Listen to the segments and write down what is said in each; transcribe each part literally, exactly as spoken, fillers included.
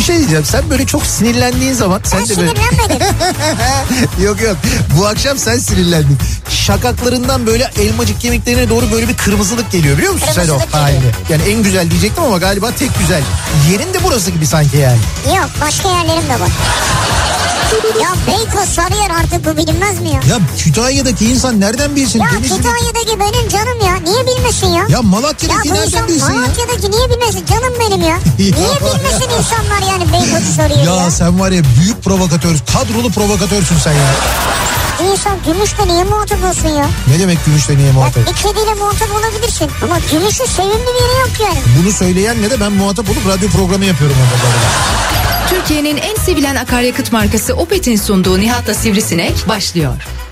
şey diyeceğim. Sen böyle çok sinirlendiğin zaman... Ben sen de böyle... sinirlenmedim. Yok yok. Bu akşam sen sinirlendin. Şakaklarından böyle elmacık kemiklerine doğru böyle bir kırmızılık geliyor biliyor musun sen o halini? Yani en güzel diyecektim ama galiba tek güzel. Yerin de burası gibi sanki yani. Yok, başka yerlerim de var. Ya Beykoz, Sarıyer, artık bu bilinmez mi ya? Ya Kütahya'daki insan nereden bilsin? Ya Denizli... Kütahya'daki benim canım ya. Niye bilmesin ya? Ya Malatya'daki ya nereden bilsin ya? Malatya'daki niye bilmesin? Canım benim ya. Niye bilmesin insanlar yani Beykoz'u soruyor ya? Ya sen var ya büyük provokatör, kadrolu provokatörsün sen ya. İnsan gümüşle niye muhatap olsun ya? Ne demek gümüşle niye muhatap? Ya bir kediyle muhatap olabilirsin ama gümüşün sevimli bir yeri yok yani. Bunu söyleyenle de ben muhatap olup radyo programı yapıyorum orada. Türkiye'nin en sevilen akaryakıt markası Opet'in sunduğu Nihat'la Sivrisinek başlıyor.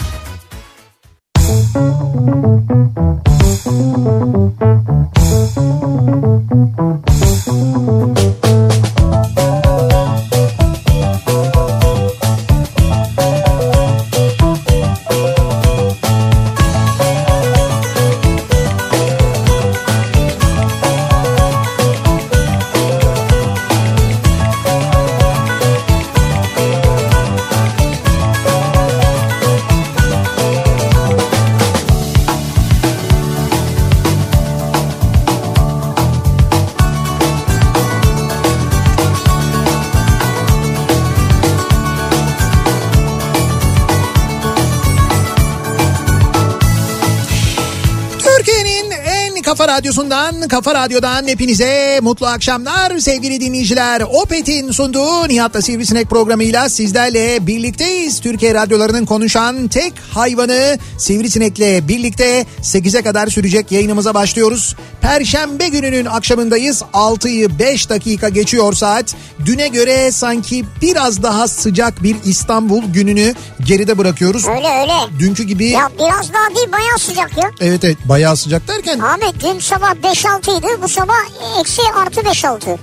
Kafa Radyosu'ndan, Kafa Radyo'dan hepinize mutlu akşamlar sevgili dinleyiciler. Opet'in sunduğu Nihat'la Sivrisinek programıyla sizlerle birlikteyiz. Türkiye radyolarının konuşan tek hayvanı Sivrisinek'le birlikte sekize kadar sürecek yayınımıza başlıyoruz. Perşembe gününün akşamındayız. altıyı beş dakika geçiyor saat. Düne göre sanki biraz daha sıcak bir İstanbul gününü geride bırakıyoruz. Öyle öyle. Dünkü gibi. Ya biraz daha değil, bayağı sıcak ya. Evet evet, bayağı sıcak derken. Abi dün sabah beş altıydı, bu sabah eksi artı beş altı.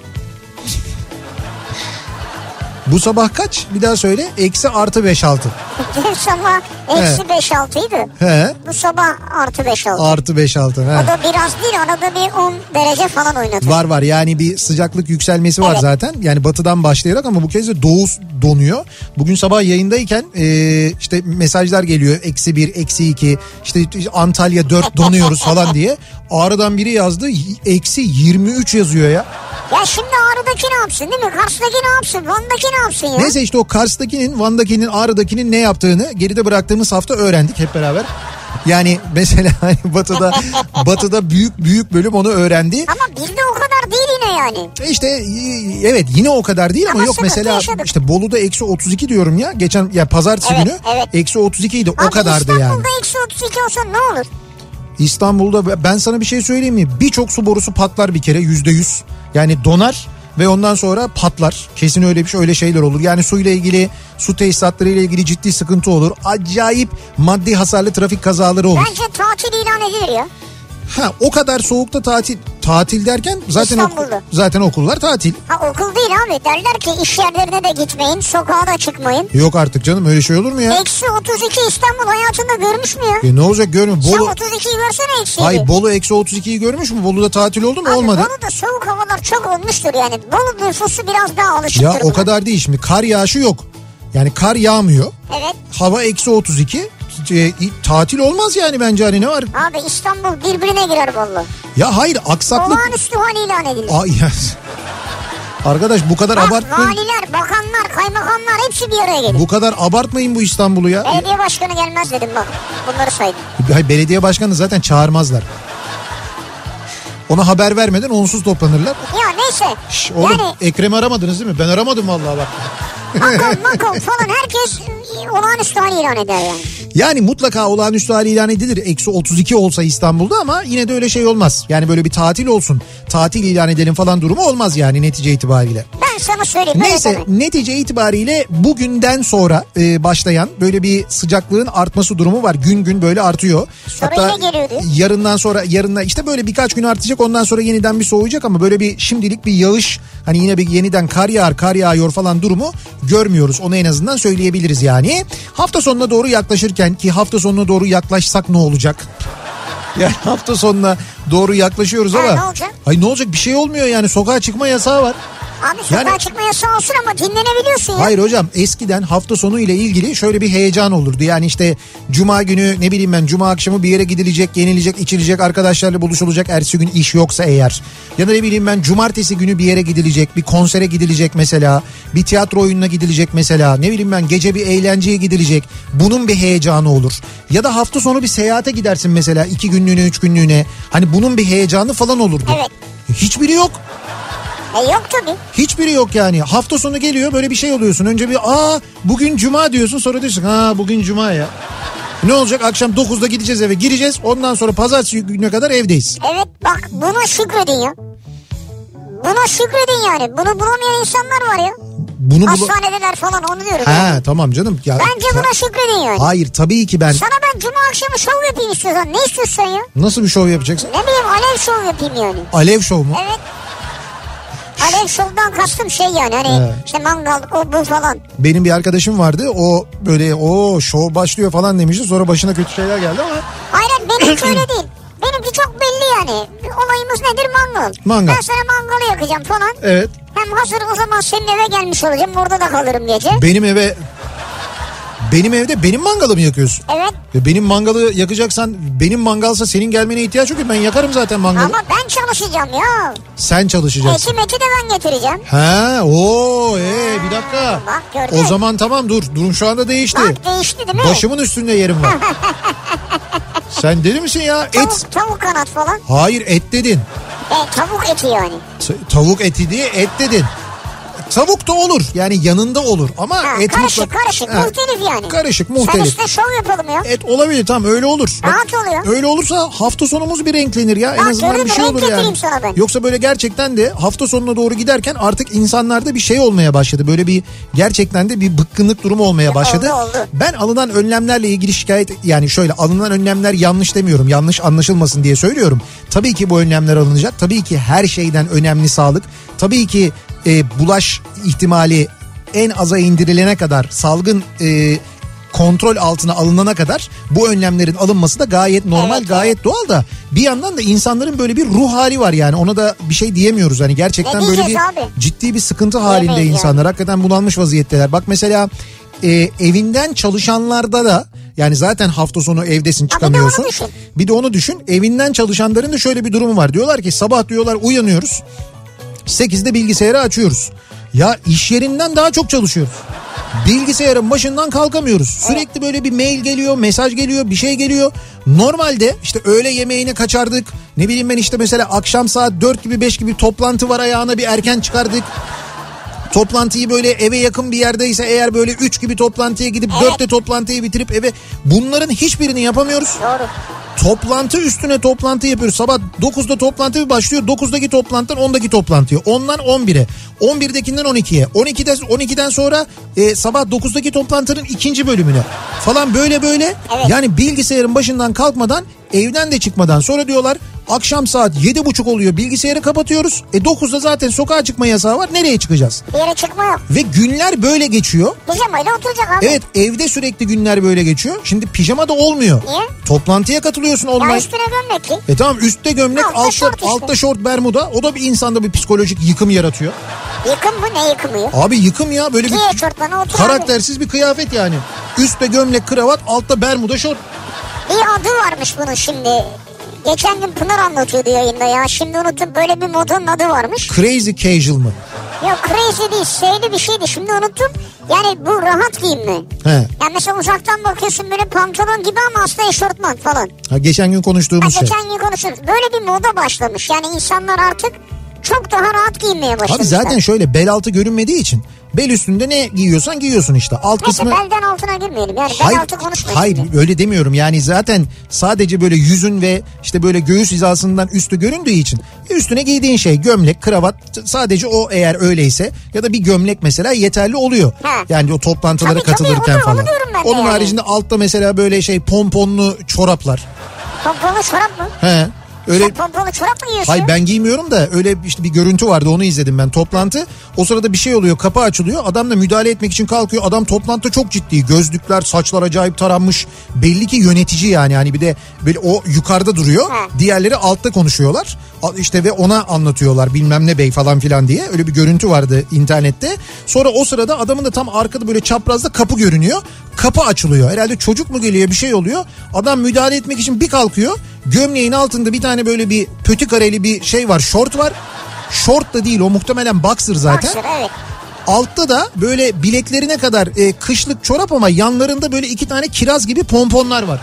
Bu sabah kaç? Bir daha söyle. Eksi artı beş altı. Dün sabah eksi beş altıydı. He. Bu sabah artı beş altı. Artı beş altı. He. O da biraz değil, arada bir on derece falan oynadı. Var var, yani bir sıcaklık yükselmesi var evet. Zaten. Yani batıdan başlayarak ama bu kez de doğu donuyor. Bugün sabah yayındayken e, işte mesajlar geliyor. Eksi bir, eksi iki, işte Antalya dört donuyoruz falan diye. Ağrı'dan biri yazdı. Eksi yirmi üç yazıyor ya. Ya şimdi Ağrı'daki ne yapsın değil mi? Kars'taki ne yapsın? Van'daki ne yapsın ya? Neyse işte o Kars'takinin, Van'dakinin, Ağrı'dakinin ne yaptığını geride bıraktığımız hafta öğrendik hep beraber. Yani mesela hani batıda batıda büyük büyük bölüm onu öğrendi. Ama bizde o kadar değil yine yani. İşte evet, yine o kadar değil ama, ama yok mesela yaşadık. İşte Bolu'da eksi otuz iki diyorum ya. Geçen ya pazartesi evet, günü evet. eksi otuz iki idi. O kadardı İstanbul'da yani. İstanbul'da eksi otuz iki olsa ne olur? İstanbul'da ben sana bir şey söyleyeyim mi? Birçok su borusu patlar bir kere, yüzde yüz. Yani donar ve ondan sonra patlar. Kesin öyle bir şey, öyle şeyler olur. Yani suyla ilgili, su tesisatları ile ilgili ciddi sıkıntı olur. Acayip maddi hasarlı trafik kazaları olur. Bence tatil ilan edilir ya. Ha, o kadar soğukta tatil tatil derken zaten okul, zaten okullar tatil. Ha, okul değil abi, derler ki iş yerlerine de gitmeyin, sokağa da çıkmayın. Yok artık canım, öyle şey olur mu ya? Eksi otuz iki İstanbul hayatında görmüş mü ya? E ne olacak, görmüyor. Bolu... Sen otuz ikiyi versene eksiği. Hayır, Bolu eksi otuz ikiyi görmüş mü? Bolu'da tatil oldu mu? Abi, olmadı. Bolu'da soğuk havalar çok olmuştur yani. Bolu nüfusu biraz daha alışıktır. Ya o kadar değil, şimdi kar yağışı yok. Yani kar yağmıyor. Evet. Hava eksi otuz iki. E, tatil olmaz yani bence, hani ne var? Abi İstanbul birbirine girer vallahi. Ya hayır, aksaklık. Olağanüstü hal ilan edilir. Ay yes. Arkadaş bu kadar Bak, abartmayın. Valiler, bakanlar, kaymakamlar hepsi bir araya gelir. Bu kadar abartmayın bu İstanbul'u ya. Belediye başkanı gelmez dedim bak. Bunları saydım. Hayır, belediye başkanı zaten çağırmazlar. Ona haber vermeden onsuz toplanırlar. Ya neyse. Şş, oğlum yani... Ekrem'i aramadınız değil mi? Ben aramadım vallahi bak. Makam makam falan herkes olağanüstü hal ilan eder yani. Yani mutlaka olağanüstü hal ilan edilir. Eksi otuz iki olsa İstanbul'da ama yine de öyle şey olmaz. Yani böyle bir tatil olsun, tatil ilan edelim falan durumu olmaz yani netice itibariyle. Ben sana söyleyeyim. Neyse demek. Netice itibariyle bugünden sonra e, başlayan böyle bir sıcaklığın artması durumu var. Gün gün böyle artıyor. Sonra hatta yine geliyordu. Yarından sonra yarından işte böyle birkaç gün artacak, ondan sonra yeniden bir soğuyacak ama böyle bir şimdilik bir yağış, hani yine bir yeniden kar yağar, kar yağıyor falan durumu görmüyoruz. Onu en azından söyleyebiliriz yani. Hafta sonuna doğru yaklaşırken, ki hafta sonuna doğru yaklaşsak ne olacak? Yani hafta sonuna doğru yaklaşıyoruz ha, ama. Ne olacak? Ay ne olacak, bir şey olmuyor yani, sokağa çıkma yasağı var. Abi sokağa Yani- çıkma yasağı olsun ama dinlenebiliyorsun ya. Hayır hocam, eskiden hafta sonu ile ilgili şöyle bir heyecan olurdu. Yani işte cuma günü, ne bileyim ben, cuma akşamı bir yere gidilecek, yenilecek, içilecek, arkadaşlarla buluşulacak, ertesi gün iş yoksa eğer. Ya da ne bileyim ben, cumartesi günü bir yere gidilecek, bir konsere gidilecek mesela, bir tiyatro oyununa gidilecek mesela, ne bileyim ben, gece bir eğlenceye gidilecek. Bunun bir heyecanı olur. Ya da hafta sonu bir seyahate gidersin mesela, iki günlüğüne, üç günlüğüne. Hani bunun bir heyecanı falan olurdu. Evet. Hiçbiri yok. E yok tabii. Hiçbiri yok yani. Hafta sonu geliyor, böyle bir şey oluyorsun. Önce bir aa bugün cuma diyorsun, sonra diyorsun ha bugün cuma ya. Ne olacak, akşam dokuzda gideceğiz eve, gireceğiz, ondan sonra pazartesi gününe kadar evdeyiz. Evet bak, buna şükredin ya. Buna şükredin yani. Bunu bulamayan insanlar var ya. Bunu bula- Hastanedeler falan, onu diyorum. Ha yani. tamam canım. Ya, Bence buna şükredin yani. Hayır tabii ki ben. Sana ben cuma akşamı şov yapayım istiyorsan. Ne istiyorsun ya? Nasıl bir şov yapacaksın? Ne bileyim, alev şov yapayım yani. Alev şov mu? Evet. Alev şovdan kastım şey yani, hani Evet. işte mangal, o bu falan. Benim bir arkadaşım vardı, o böyle o şov başlıyor falan demişti, sonra başına kötü şeyler geldi ama. Hayır, benimki öyle değil. Benimki çok belli yani. Olayımız nedir? Mangal. Mangal. Ben sana mangalı yakacağım falan. Evet. Hem hazır o zaman senin eve gelmiş olacağım. Orada da kalırım gece. Benim eve benim evde benim mangalımı yakıyorsun. Evet. Ya benim mangalı yakacaksan, benim mangalsa senin gelmene ihtiyaç yok ki, ben yakarım zaten mangalı. Ama ben çalışacağım ya. Sen çalışacaksın. Eti meti de ben getireceğim. Ha, o ee, bir dakika. Bak gördün. O zaman tamam, dur. Durum şu anda değişti. Bak değişti değil mi? Başımın üstünde yerim var. Sen deli misin ya? Tavuk, Et. tavuk kanat falan. Hayır, et dedin. E, tavuk eti yani. T- Tavuk eti diye et dedin. Tavuk da olur yani, yanında olur ama Ha, et karışık mutlak- karışık Ha, muhtelif yani. Karışık Sen muhtelif. üstüne şov yapalım ya. Et olabilir, tamam, öyle olur. Bak, Rahat oluyor. öyle olursa hafta sonumuz bir renklenir ya. En Bak, azından gördün bir mü? şey Renk olur yani. getireyim sana ben. Yoksa böyle gerçekten de hafta sonuna doğru giderken artık insanlarda bir şey olmaya başladı. Böyle bir gerçekten de bir bıkkınlık durumu olmaya başladı. oldu, oldu. Ben alınan önlemlerle ilgili şikayet, yani şöyle, alınan önlemler yanlış demiyorum. Yanlış anlaşılmasın diye söylüyorum. Tabii ki bu önlemler alınacak. Tabii ki her şeyden önemli sağlık. Tabii ki e, bulaş ihtimali en aza indirilene kadar, salgın e, kontrol altına alınana kadar bu önlemlerin alınması da gayet normal, Evet, gayet doğal da bir yandan da insanların böyle bir ruh hali var yani, ona da bir şey diyemiyoruz. Hani gerçekten Ne böyle bir diyeceğiz abi? ciddi bir sıkıntı halinde Diyemeyiz insanlar. Hakikaten bunalmış vaziyetteler. Bak mesela e, evinden çalışanlarda da, yani zaten hafta sonu evdesin, çıkamıyorsun. onu düşün. Bir de onu düşün. Evinden çalışanların da şöyle bir durumu var. Diyorlar ki sabah diyorlar uyanıyoruz. sekizde bilgisayarı açıyoruz. Ya iş yerinden daha çok çalışıyoruz. Bilgisayarın başından kalkamıyoruz. Sürekli böyle bir mail geliyor, mesaj geliyor, bir şey geliyor. Normalde işte öğle yemeğine kaçardık. Ne bileyim ben, işte mesela akşam saat dört gibi beş gibi toplantı var ayağına, bir erken çıkardık. Toplantıyı böyle eve yakın bir yerdeyse eğer, böyle üç gibi toplantıya gidip Evet. dörtte toplantıyı bitirip eve, bunların hiçbirini yapamıyoruz. Doğru. Toplantı üstüne toplantı yapıyoruz. Sabah dokuzda toplantı bir başlıyor. dokuzdaki toplantıdan ondaki toplantıya. ondan on bire. on birdekinden on ikiye. on ikiden, on ikiden sonra e, sabah dokuzdaki toplantının ikinci bölümüne. Falan böyle böyle. Evet. Yani bilgisayarın başından kalkmadan, evden de çıkmadan. Sonra diyorlar akşam saat yedi buçuk oluyor, bilgisayarı kapatıyoruz. E dokuzda zaten sokağa çıkma yasağı var. Nereye çıkacağız? Bir yere çıkma yok. Ve günler böyle geçiyor. Pijamayla oturacak abi. Evet, evde sürekli günler böyle geçiyor. Şimdi pijama da olmuyor. Niye? Toplantıya katılıyorsun Ya online. üstüne gömlekli. E tamam, üstte gömlek, Altta altta şort işte. altta şort, bermuda. O da bir insanda bir psikolojik yıkım yaratıyor. Yıkım mı, ne yıkımı ya? Abi yıkım ya, böyle Giy bir eşortmanı otur abi. karaktersiz bir kıyafet yani. Üstte gömlek, kravat, altta bermuda, şort. Bir adı varmış bunun şimdi. Geçen gün Pınar anlatıyordu yayında ya. Şimdi unuttum, böyle bir modanın adı varmış. Crazy casual mı? Yok, crazy değil, şeyli bir şeydi, şimdi unuttum. Yani bu rahat giyim mi? He. Yani mesela uzaktan bakıyorsun böyle pantolon gibi ama aslında eşortman falan. Ha, geçen gün Ha, konuştuğumuz şey. geçen gün konuşuruz. Böyle bir moda başlamış. Yani insanlar artık çok daha rahat giyinmeye başlamışlar. Abi zaten şöyle, bel altı görünmediği için bel üstünde ne giyiyorsan giyiyorsun işte. Alt Neyse, kısmı... belden altına girmeyelim. Yani Hayır, bel altı konuşmayalım. hayır şimdi. öyle demiyorum yani, zaten sadece böyle yüzün ve işte böyle göğüs hizasından üstü göründüğü için üstüne giydiğin şey gömlek, kravat, sadece o eğer öyleyse, ya da bir gömlek mesela yeterli oluyor. Ha. Yani o toplantılara Tabii, tabii, katılırken onu- onu falan. diyorum ben de Onun yani. haricinde altta mesela böyle şey pomponlu çoraplar. Pompalı çorap mı? He. Öyle... Sen pompalı çorap mı giyiyorsun? Hayır ben giymiyorum da öyle işte bir görüntü vardı, onu izledim ben, toplantı. O sırada bir şey oluyor, kapı açılıyor, adam da müdahale etmek için kalkıyor. Adam toplantıda çok ciddi, gözlükler, saçlar acayip taranmış, belli ki yönetici yani. Hani bir de böyle o yukarıda duruyor, He. diğerleri altta konuşuyorlar işte ve ona anlatıyorlar bilmem ne bey falan filan diye. Öyle bir görüntü vardı internette. Sonra o sırada adamın da tam arkada böyle çaprazda kapı görünüyor. Kapı açılıyor. Herhalde çocuk mu geliyor, bir şey oluyor. Adam müdahale etmek için bir kalkıyor. Gömleğin altında bir tane böyle bir pötü kareli bir şey var. Şort var. Şort da değil o, muhtemelen boxer zaten. Boxer, evet. Altta da böyle bileklerine kadar e, kışlık çorap ama yanlarında böyle iki tane kiraz gibi pomponlar var.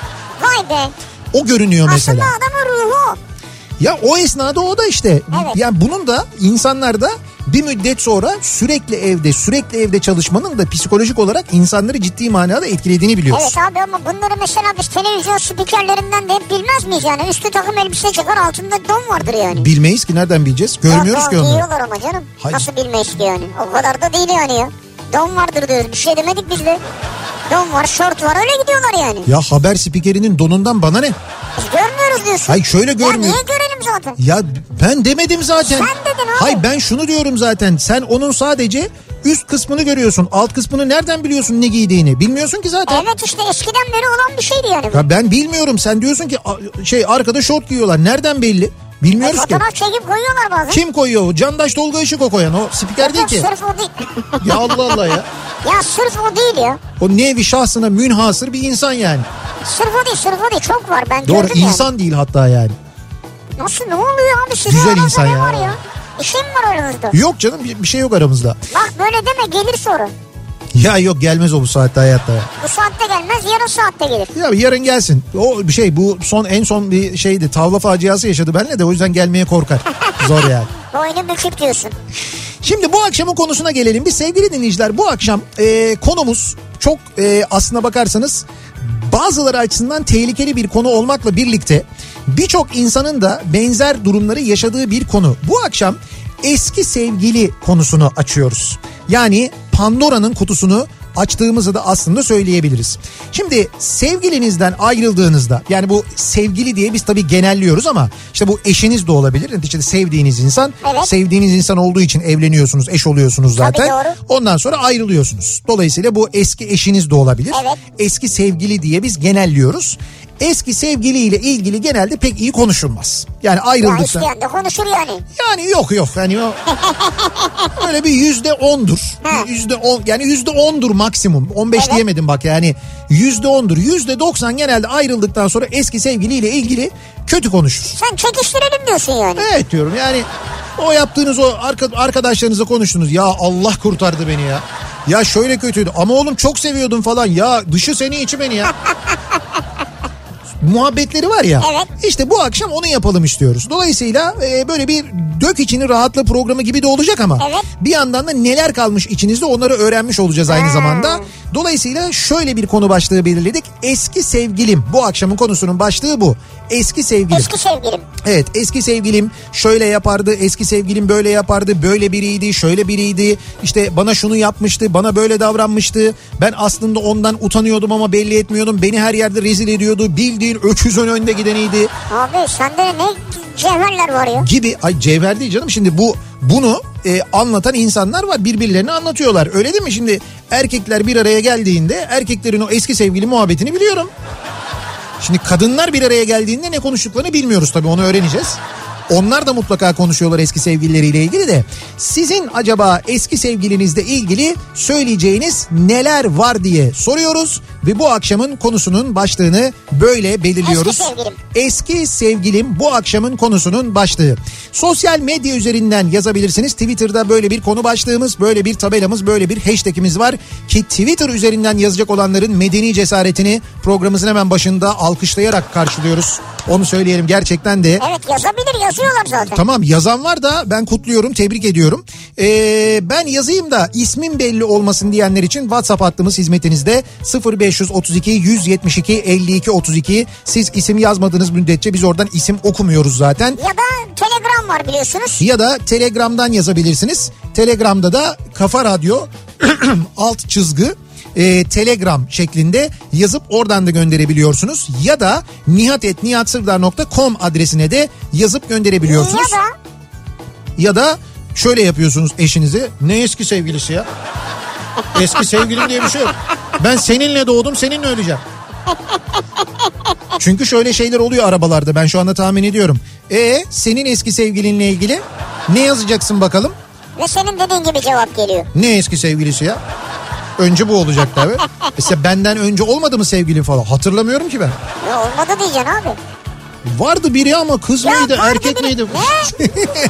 Vay be. O görünüyor mesela. Aslında adamın ruhu. Ya o esnada o da işte. Evet. Yani bunun da insanlarda bir müddet sonra sürekli evde sürekli evde çalışmanın da psikolojik olarak insanları ciddi manada etkilediğini biliyoruz. Evet abi, ama bunları mesela biz televizyon spikerlerinden de hep bilmez miyiz yani? Üstü takım elbise çıkar, altında don vardır yani. Bilmeyiz ki, nereden bileceğiz? Görmüyoruz ya, ki onları. Giyiyorlar ama canım. Hayır. Nasıl bilmeyiz ki yani? O kadar da değil yani ya. Don vardır diyoruz. Bir şey demedik biz de. Don var, şort var, öyle gidiyorlar yani. Ya haber spikerinin donundan bana ne? Biz görmüyoruz diyorsun. Hayır şöyle görmüyoruz. Ya niye görelim zaten? Ya ben demedim zaten. Sen dedin abi. Hayır ben şunu diyorum zaten. Sen onun sadece üst kısmını görüyorsun. Alt kısmını nereden biliyorsun ne giydiğini? Bilmiyorsun ki zaten. Evet işte eskiden beri olan bir şeydi yani. Ya ben bilmiyorum. Sen diyorsun ki şey arkada şort giyiyorlar. Nereden belli? Bilmiyoruz e, ki. fotoğraf çekip koyuyorlar bazen. Kim koyuyor? Candaş Tolga Işık o koyan. O spiker değil ki. Sırf o değil. Ya Allah Allah ya. Ya sırf o değil ya. O nevi şahsına münhasır bir insan yani. Sırf o değil, sırf o değil. Çok var, ben Doğru, gördüm insan yani. değil hatta yani. Nasıl, ne oluyor abi? Size Güzel insan ya. Var ya. İşim var aranızda. Yok canım, bir, bir şey yok aramızda. Bak böyle deme, gelir sonra. Ya yok, gelmez o bu saatte hayatta ya. Bu saatte gelmez, yarın saatte gelir. Ya yarın gelsin. O bir şey, bu son en son bir şeydi. Tavla faciası yaşadı benimle de, o yüzden gelmeye korkar. Zor yani. Boynu bükük diyorsun. Şimdi bu akşamın konusuna gelelim. Biz sevgili dinleyiciler, bu akşam e, konumuz çok e, aslına bakarsanız bazıları açısından tehlikeli bir konu olmakla birlikte birçok insanın da benzer durumları yaşadığı bir konu. Bu akşam eski sevgili konusunu açıyoruz. Yani Pandora'nın kutusunu açtığımızı da aslında söyleyebiliriz. Şimdi sevgilinizden ayrıldığınızda, yani bu sevgili diye biz tabii genelliyoruz ama işte bu eşiniz de olabilir. İşte sevdiğiniz insan, evet. Sevdiğiniz insan olduğu için evleniyorsunuz, eş oluyorsunuz zaten. Tabii, doğru. Ondan sonra ayrılıyorsunuz. Dolayısıyla bu eski eşiniz de olabilir. Evet. Eski sevgili diye biz genelliyoruz. Eski sevgiliyle ilgili genelde pek iyi konuşulmaz. Yani ayrıldıktan... Ya isteyen de konuşur yani. Yani yok yok yani o... öyle bir yüzde ondur. Yüzde on, yani yüzde ondur maksimum. On beş evet. diyemedim bak yani. Yüzde ondur. Yüzde doksan genelde ayrıldıktan sonra eski sevgiliyle ilgili kötü konuşur. Sen çekiştirelim diyorsun yani. Evet diyorum yani. O yaptığınız o arkadaşlarınızla konuştunuz. Ya Allah kurtardı beni ya. Ya şöyle kötüydü ama oğlum çok seviyordum falan. Ya dışı seni içi beni ya. Muhabbetleri var ya. Evet. İşte bu akşam onu yapalım istiyoruz. Dolayısıyla e, böyle bir dök içini rahatla programı gibi de olacak ama evet. bir yandan da neler kalmış içinizde onları öğrenmiş olacağız aynı hmm. zamanda. Dolayısıyla şöyle bir konu başlığı belirledik. Eski sevgilim. Bu akşamın konusunun başlığı bu. Eski sevgilim. Eski sevgilim. Evet, eski sevgilim şöyle yapardı, eski sevgilim böyle yapardı, böyle biriydi, şöyle biriydi. İşte bana şunu yapmıştı, bana böyle davranmıştı. Ben aslında ondan utanıyordum ama belli etmiyordum. Beni her yerde rezil ediyordu. Bildiğin öküzün önde gideniydi. Abi sende ne cevherler var ya. Gibi. Ay cevher değil canım. Şimdi bu bunu e, anlatan insanlar var. Birbirlerini anlatıyorlar. Öyle değil mi? Şimdi erkekler bir araya geldiğinde erkeklerin o eski sevgili muhabbetini biliyorum. Şimdi kadınlar bir araya geldiğinde ne konuştuklarını bilmiyoruz tabii, onu öğreneceğiz. Onlar da mutlaka konuşuyorlar eski sevgilileriyle ilgili de. Sizin acaba eski sevgilinizle ilgili söyleyeceğiniz neler var diye soruyoruz. Ve bu akşamın konusunun başlığını böyle belirliyoruz. Eski sevgilim. Eski sevgilim bu akşamın konusunun başlığı. Sosyal medya üzerinden yazabilirsiniz. Twitter'da böyle bir konu başlığımız, böyle bir tabelamız, böyle bir hashtagimiz var. Ki Twitter üzerinden yazacak olanların medeni cesaretini programımızın hemen başında alkışlayarak karşılıyoruz. Onu söyleyelim gerçekten de. Evet, yazabilir, yazıyorlar zaten. Tamam, yazan var da ben kutluyorum, tebrik ediyorum. Ee, ben yazayım da ismim belli olmasın diyenler için WhatsApp hattımız hizmetinizde sıfır beş otuz iki yüz yetmiş iki elli iki otuz iki. Siz isim yazmadığınız müddetçe biz oradan isim okumuyoruz zaten. Ya da Telegram var biliyorsunuz. Ya da Telegram'dan yazabilirsiniz. Telegram'da da Kafa Radyo alt çizgi e, Telegram şeklinde yazıp oradan da gönderebiliyorsunuz. Ya da nihat et nihatsırdar nokta com adresine de yazıp gönderebiliyorsunuz. Ya da Ya da şöyle yapıyorsunuz eşinize. Ne eski sevgilisi ya? Eski sevgilim diye bir şey yok. Ben seninle doğdum, seninle öleceğim. Çünkü şöyle şeyler oluyor arabalarda, ben şu anda tahmin ediyorum. E senin eski sevgilinle ilgili ne yazacaksın bakalım? Ve senin dediğin gibi cevap geliyor. Ne eski sevgilisi ya? Önce bu olacak tabii. Mesela benden önce olmadı mı sevgilin falan? Hatırlamıyorum ki ben. Ya olmadı diyeceksin abi. Vardı biri ama kız Ya mıydı vardı erkek biri. miydi? Ne?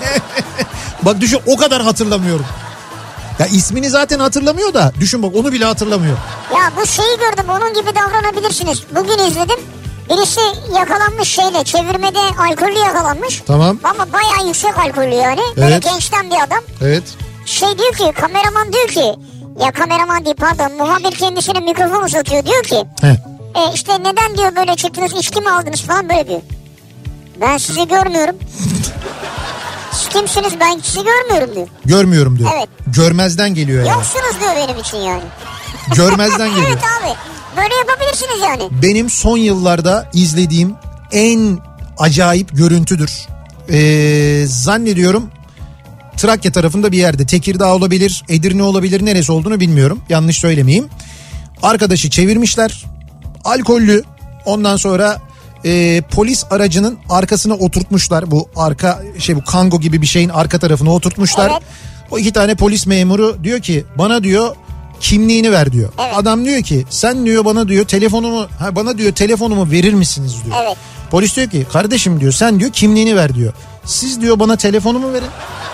Bak düşün, o kadar hatırlamıyorum. Ya ismini zaten hatırlamıyor da düşün bak, onu bile hatırlamıyor. Ya bu şeyi gördüm, onun gibi davranabilirsiniz. Bugün izledim. Birisi yakalanmış şeyle, çevirmede alkollü yakalanmış. Tamam. Ama bayağı yüksek alkollü yani. Böyle Evet. gençten bir adam. Evet. Şey diyor ki, kameraman diyor ki, ya kameraman değil pardon, muhabir kendisine mikrofon uzatıyor, diyor ki Heh. e, işte neden diyor böyle çıktınız, içki mi aldınız falan, böyle diyor. Ben sizi görmüyorum. Siz kimsiniz, ben sizi görmüyorum diyor. Görmüyorum diyor. Evet. Görmezden geliyor yani. Yoksunuz diyor benim için yani. Görmezden geliyor. Evet abi, böyle yapabilirsiniz yani. Benim son yıllarda izlediğim en acayip görüntüdür. Ee, zannediyorum Trakya tarafında bir yerde. Tekirdağ olabilir, Edirne olabilir, neresi olduğunu bilmiyorum. Yanlış söylemeyeyim. Arkadaşı çevirmişler. Alkollü. Ondan sonra e, polis aracının arkasına oturtmuşlar. Bu arka şey, bu kango gibi bir şeyin arka tarafına oturtmuşlar. Evet. O iki tane polis memuru diyor ki bana diyor kimliğini ver diyor. Evet. Adam diyor ki sen diyor bana diyor telefonumu ha, bana diyor telefonumu verir misiniz diyor. Evet. Polis diyor ki kardeşim diyor sen diyor kimliğini ver diyor. Siz diyor bana telefonumu verin.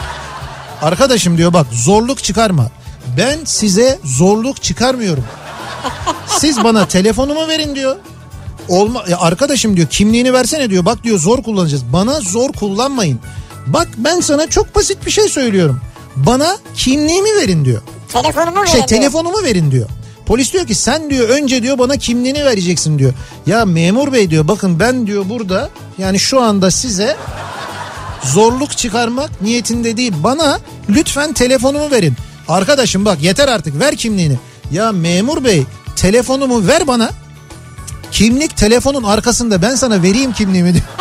Arkadaşım diyor bak zorluk çıkarma. Ben size zorluk çıkarmıyorum. Siz bana telefonumu verin diyor. Olma ya arkadaşım diyor kimliğini versene diyor. Bak diyor zor kullanacağız. Bana zor kullanmayın. Bak ben sana çok basit bir şey söylüyorum. Bana kimliğimi verin diyor. Telefonumu verin Şey diyor. telefonumu verin diyor. Polis diyor ki sen diyor önce diyor bana kimliğini vereceksin diyor. Ya memur bey diyor bakın ben diyor burada yani şu anda size zorluk çıkarmak niyetinde değil, bana lütfen telefonumu verin. Arkadaşım bak yeter artık, ver kimliğini. Ya memur bey telefonumu ver bana. Kimlik telefonun arkasında, ben sana vereyim kimliğimi diyor.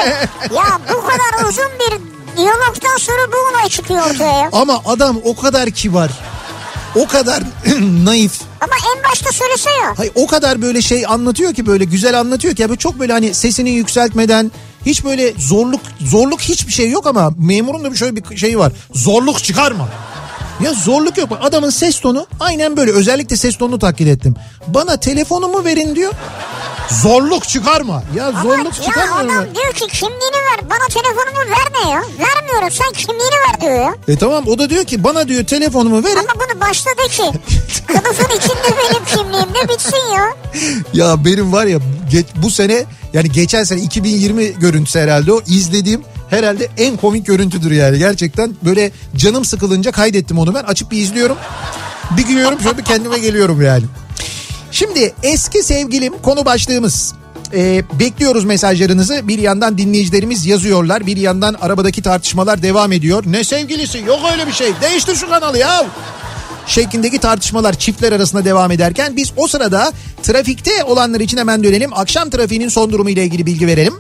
Ya bu kadar uzun bir diyalogtan sonra bu olay çıkıyor ortaya ya. Ama adam o kadar kibar, o kadar naif. Ama en başta söylese ya. Hayır, o kadar böyle şey anlatıyor ki, böyle güzel anlatıyor ki. Ya böyle çok böyle hani sesini yükseltmeden, hiç böyle zorluk zorluk hiçbir şey yok ama memurun da bir şöyle bir şeyi var. Zorluk çıkarma. Ya zorluk yok. Adamın ses tonu aynen böyle. Özellikle ses tonunu taklit ettim. Bana telefonumu verin diyor. Zorluk çıkarma. Ya Ama zorluk ya çıkarmıyorum. adam ben. diyor ki kimliğini ver, bana telefonumu verme ya. Vermiyorum, sen kimliğini ver diyor ya. E tamam, o da diyor ki bana diyor telefonumu verin. Ama bunu başta de ki kılıfın içinde benim kimliğimde bitsin ya. Ya benim var ya geç, bu sene yani geçen sene iki bin yirmi görüntüsü herhalde o, izlediğim herhalde en komik görüntüdür yani. Gerçekten böyle canım sıkılınca kaydettim onu, ben açıp bir izliyorum. Bir gülüyorum, şöyle bir kendime geliyorum yani. Şimdi eski sevgilim konu başlığımız. Ee, bekliyoruz mesajlarınızı. Bir yandan dinleyicilerimiz yazıyorlar, bir yandan arabadaki tartışmalar devam ediyor. Ne sevgilisi, yok öyle bir şey, değiştir şu kanalı ya şeklindeki tartışmalar çiftler arasında devam ederken biz o sırada trafikte olanlar için hemen dönelim. Akşam trafiğinin son durumu ile ilgili bilgi verelim.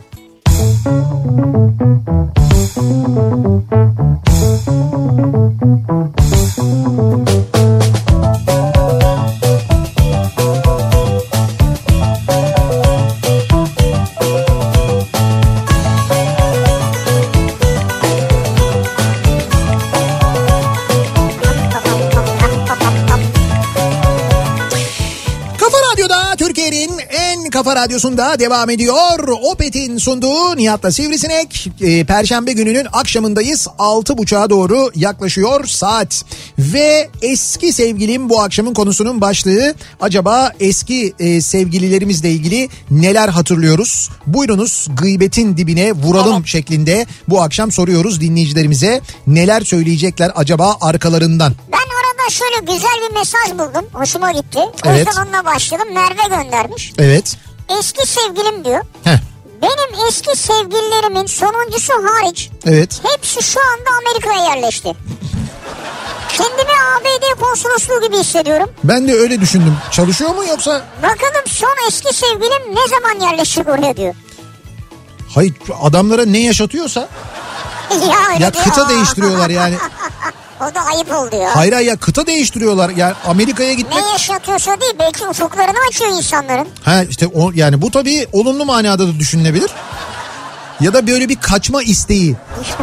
Kafa Radyosu'nda devam ediyor. Opet'in sunduğu Nihat'la Sivrisinek. E, Perşembe gününün akşamındayız. Altı buçuğa doğru yaklaşıyor saat. Ve eski sevgilim bu akşamın konusunun başlığı. Acaba eski e, sevgililerimizle ilgili neler hatırlıyoruz? Buyurunuz, gıybetin dibine vuralım evet. şeklinde bu akşam soruyoruz dinleyicilerimize. Neler söyleyecekler acaba arkalarından? Ben arada şöyle güzel bir mesaj buldum. Hoşuma gitti. O evet. yüzden onunla başladım. Merve göndermiş. Evet. Eski sevgilim diyor. Heh. Benim eski sevgililerimin sonuncusu hariç. Evet. Hepsi şu anda Amerika'ya yerleşti. Kendimi A B D konsolosluğu gibi hissediyorum. Ben de öyle düşündüm. Çalışıyor mu yoksa? Bakalım son eski sevgilim ne zaman yerleşecek oraya diyor. Hayır, adamlara ne yaşatıyorsa. ya öyle ya diyor. kıta değiştiriyorlar yani. O da ayıp oldu ya. Hayır ya, kıta değiştiriyorlar. Yani Amerika'ya gitmek. Ne yaşatıyorsa değil, belki ufuklarını açıyor insanların. Ha işte o, yani bu tabii olumlu manada da düşünülebilir. Ya da böyle bir kaçma isteği.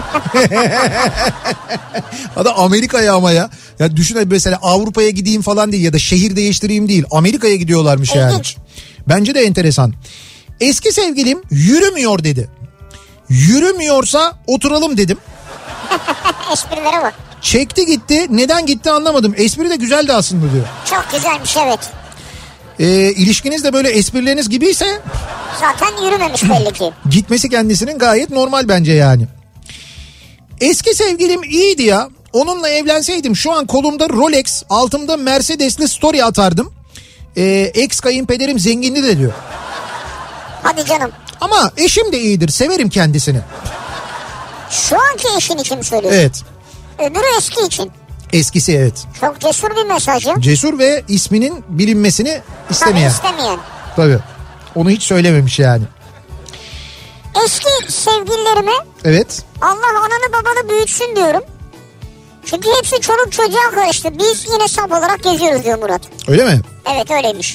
Hatta Amerika'ya ama ya. Ya düşün mesela Avrupa'ya gideyim falan değil ya da şehir değiştireyim değil. Amerika'ya gidiyorlarmış yani. İlginç. Bence de enteresan. Eski sevgilim yürümüyor dedi. Yürümüyorsa oturalım dedim. Esprilere bak. Çekti gitti. Neden gitti anlamadım. Espri de güzeldi aslında diyor. Çok güzelmiş, evet. Ee, ilişkiniz de böyle esprileriniz gibiyse Zaten yürümemiş belli ki. gitmesi kendisinin gayet normal bence yani. Eski sevgilim iyiydi ya. Onunla evlenseydim şu an kolumda Rolex, altımda Mercedes'li story atardım. Ee, ex kayınpederim zengindi de diyor. Hadi canım. Ama eşim de iyidir. Severim kendisini. Şu anki eşin için mi söylüyorsun? Evet. Öbürü eski için. Eskisi evet. Çok cesur bir mesaj ya. Cesur ve isminin bilinmesini istemeyen. Tabii istemeyen. Tabii. Onu hiç söylememiş yani. Eski sevgililerime Evet. Allah ananı babanı büyütsün diyorum. Çünkü hepsi çoluk çocuğa karıştı. Biz yine sap olarak geziyoruz diyor Murat. Öyle mi? Evet öyleymiş.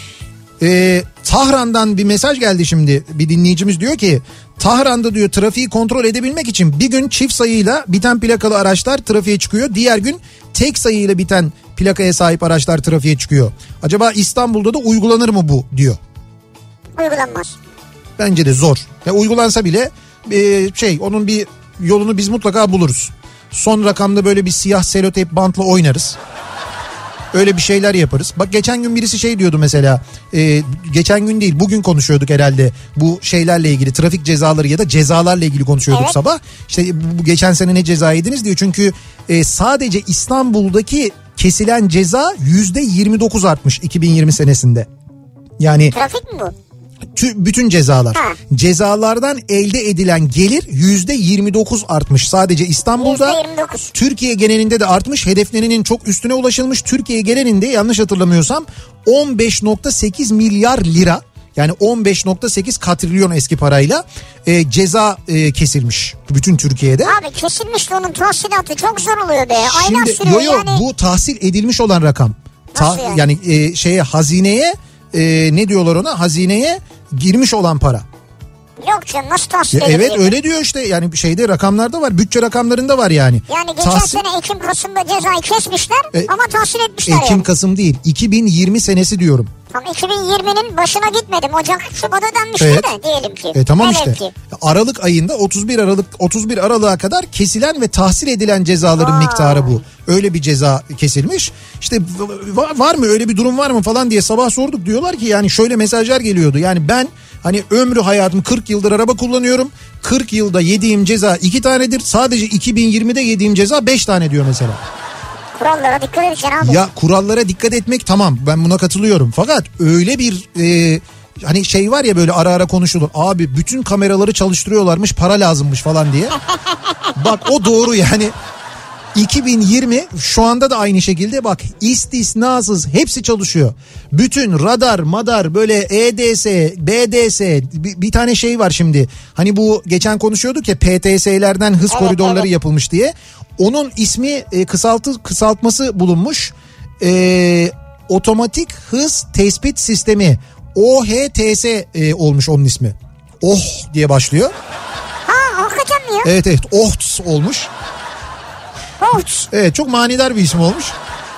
Ee, Tahran'dan bir mesaj geldi şimdi. Bir dinleyicimiz diyor ki Tahran'da diyor trafiği kontrol edebilmek için bir gün çift sayıyla biten plakalı araçlar trafiğe çıkıyor. Diğer gün tek sayıyla biten plakaya sahip araçlar trafiğe çıkıyor. Acaba İstanbul'da da uygulanır mı bu diyor. Uygulanmaz. Bence de zor. Ya uygulansa bile e, şey onun bir yolunu biz mutlaka buluruz. Son rakamda böyle bir siyah seloteyp bantla oynarız. Öyle bir şeyler yaparız. Bak geçen gün birisi şey diyordu mesela. E, geçen gün değil bugün konuşuyorduk herhalde. Bu şeylerle ilgili trafik cezaları ya da cezalarla ilgili konuşuyorduk evet. sabah. İşte bu, bu geçen sene ne ceza yediniz diyor. Çünkü e, sadece İstanbul'daki kesilen ceza yüzde yirmi dokuz artmış iki bin yirmi senesinde. Yani trafik mi bu? Tü, bütün cezalar. Ha. Cezalardan elde edilen gelir yüzde yirmi dokuz artmış. Sadece İstanbul'da. yüzde yirmi dokuz. Türkiye genelinde de artmış. Hedeflerinin çok üstüne ulaşılmış. Türkiye genelinde yanlış hatırlamıyorsam on beş virgül sekiz milyar lira. Yani on beş virgül sekiz katrilyon eski parayla e, ceza e, kesilmiş bütün Türkiye'de. Abi kesilmiş de onun tahsilatı çok zor oluyor be. Aylar Şimdi sürüyor yo yo yani. bu tahsil edilmiş olan rakam. Nasıl yani? Yani e, şeye hazineye e, ne diyorlar ona, hazineye girmiş olan para. Yok canım, nasıl tahsil Ya edilecek? evet öyle diyor işte, yani şeyde rakamlarda var, bütçe rakamlarında var yani. Yani geçen Tahsil... sene Ekim Kasım'da cezayı kesmişler E, ama tahsil etmişler Ekim yani. Kasım değil, iki bin yirmi senesi diyorum. Tam iki bin yirminin başına gitmedim. Ocak Şubat'a denmişti Evet. de diyelim ki. E tamam Velev işte. ki. Aralık ayında otuz bir Aralık otuz bir Aralık'a kadar kesilen ve tahsil edilen cezaların Aa. miktarı bu. Öyle bir ceza kesilmiş. İşte va- var mı öyle bir durum var mı falan diye sabah sorduk. Diyorlar ki yani şöyle mesajlar geliyordu. Yani ben hani ömrü hayatım kırk yıldır araba kullanıyorum. kırk yılda yediğim ceza iki tanedir. Sadece iki bin yirmide yediğim ceza beş tane diyor mesela. Kurallara dikkat edeceksin abi. Ya kurallara dikkat etmek tamam, ben buna katılıyorum. Fakat öyle bir e, hani şey var ya, böyle ara ara konuşulur. Abi bütün kameraları çalıştırıyorlarmış, para lazımmış falan diye. Bak o doğru yani. iki bin yirmi şu anda da aynı şekilde bak, istisnasız hepsi çalışıyor. Bütün radar madar böyle E D S, B D S bir, bir tane şey var şimdi. Hani bu geçen konuşuyorduk ya, P T S'lerden hız Evet, koridorları evet. yapılmış diye. Onun ismi e, kısaltı kısaltması bulunmuş. E, otomatik hız tespit sistemi. O H T S e, olmuş onun ismi. Oh diye başlıyor. Ha hakikaten mi ya? Evet evet OHTS olmuş. Hoş. Evet, çok manidar bir isim olmuş.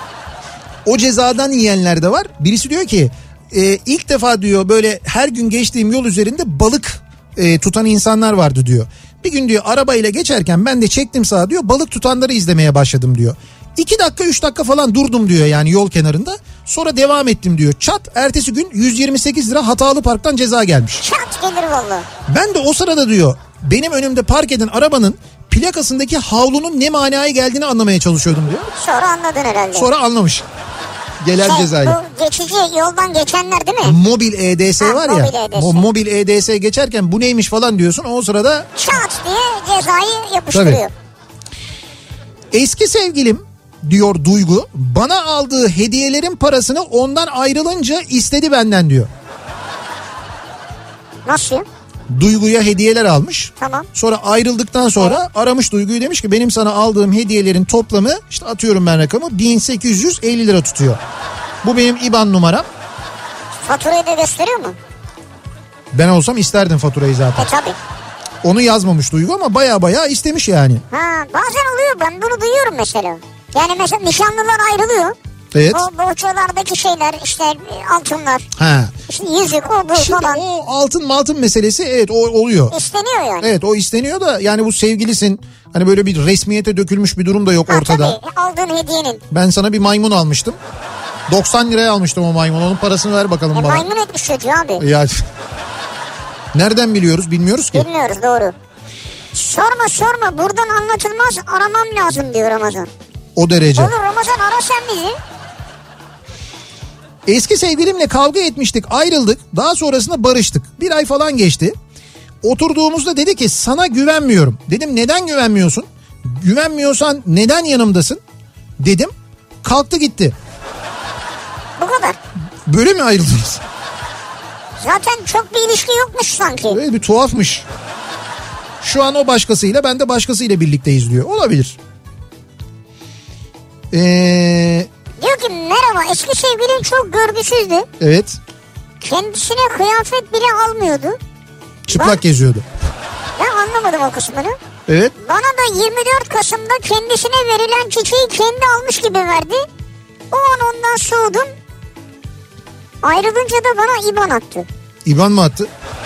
O cezadan yiyenler de var. Birisi diyor ki e, ilk defa diyor böyle her gün geçtiğim yol üzerinde balık e, tutan insanlar vardı diyor. Bir gün diyor arabayla geçerken ben de çektim sağa diyor, balık tutanları izlemeye başladım diyor. İki dakika üç dakika falan durdum diyor yani yol kenarında. Sonra devam ettim diyor. Çat ertesi gün yüz yirmi sekiz lira hatalı parktan ceza gelmiş. Çat gelir valla. Ben de o sırada diyor benim önümde park eden arabanın plakasındaki havlunun ne manaya geldiğini anlamaya çalışıyordum diyor. Sonra anladın herhalde. Sonra anlamış gelen şey, cezayı. Bu geçici yoldan geçenler değil mi? Mobil E D S Ha, var mobil ya. E D S. O mobil E D S geçerken bu neymiş falan diyorsun. O sırada Çat diye cezayı yapıştırıyor. eski sevgilim diyor Duygu. Bana aldığı hediyelerin parasını ondan ayrılınca istedi benden diyor. Nasıl? Duygu'ya hediyeler almış. Tamam. Sonra ayrıldıktan sonra evet. aramış Duygu'yu, demiş ki benim sana aldığım hediyelerin toplamı, işte atıyorum ben rakamı, bin sekiz yüz elli lira tutuyor. Bu benim İ B A N numaram. Faturayı da gösteriyor mu? Ben olsam isterdim faturayı zaten. E tabii. Onu yazmamış Duygu ama baya baya istemiş yani. Ha, bazen oluyor, ben bunu duyuyorum mesela. Yani mesela nişanlılar ayrılıyor. Evet. O bohçalardaki şeyler, işte altınlar. Ha. İşte yüzük, o bu Şimdi falan. o altın maltın meselesi evet o oluyor. İsteniyor yani. Evet, o isteniyor da yani bu sevgilisin. Hani böyle bir resmiyete dökülmüş bir durum da yok ha, ortada. Tabii, aldığın hediyenin. Ben sana bir maymun almıştım. doksan liraya almıştım o maymunu. Onun parasını ver bakalım e, bana. Maymun etmiş çocuğu abi. Ya, nereden biliyoruz? Bilmiyoruz ki. Bilmiyoruz, doğru. Sorma sorma, buradan anlatılmaz, aramam lazım diyor Ramazan. O derece. Olur Ramazan, ara sen bizi. Eski sevgilimle kavga etmiştik, ayrıldık. Daha sonrasında barıştık. Bir ay falan geçti. Oturduğumuzda dedi ki sana güvenmiyorum. Dedim neden güvenmiyorsun? Güvenmiyorsan neden yanımdasın? Dedim. Kalktı gitti. Bu kadar. Böyle mi ayrıldınız? Zaten çok bir ilişki yokmuş sanki. Böyle bir tuhafmış. Şu an o başkasıyla, ben de başkasıyla birlikteyiz diyor. Olabilir. Eee... Diyor ki merhaba, eski sevgilin çok görgüsüzdü. Evet. Kendisine kıyafet bile almıyordu. Çıplak Bak, geziyordu. ben anlamadım o kısmını. Evet. Bana da yirmi dört Kasım'da kendisine verilen çiçeği kendi almış gibi verdi. O an ondan soğudum. Ayrılınca da bana İ B A N attı. İ B A N mı attı?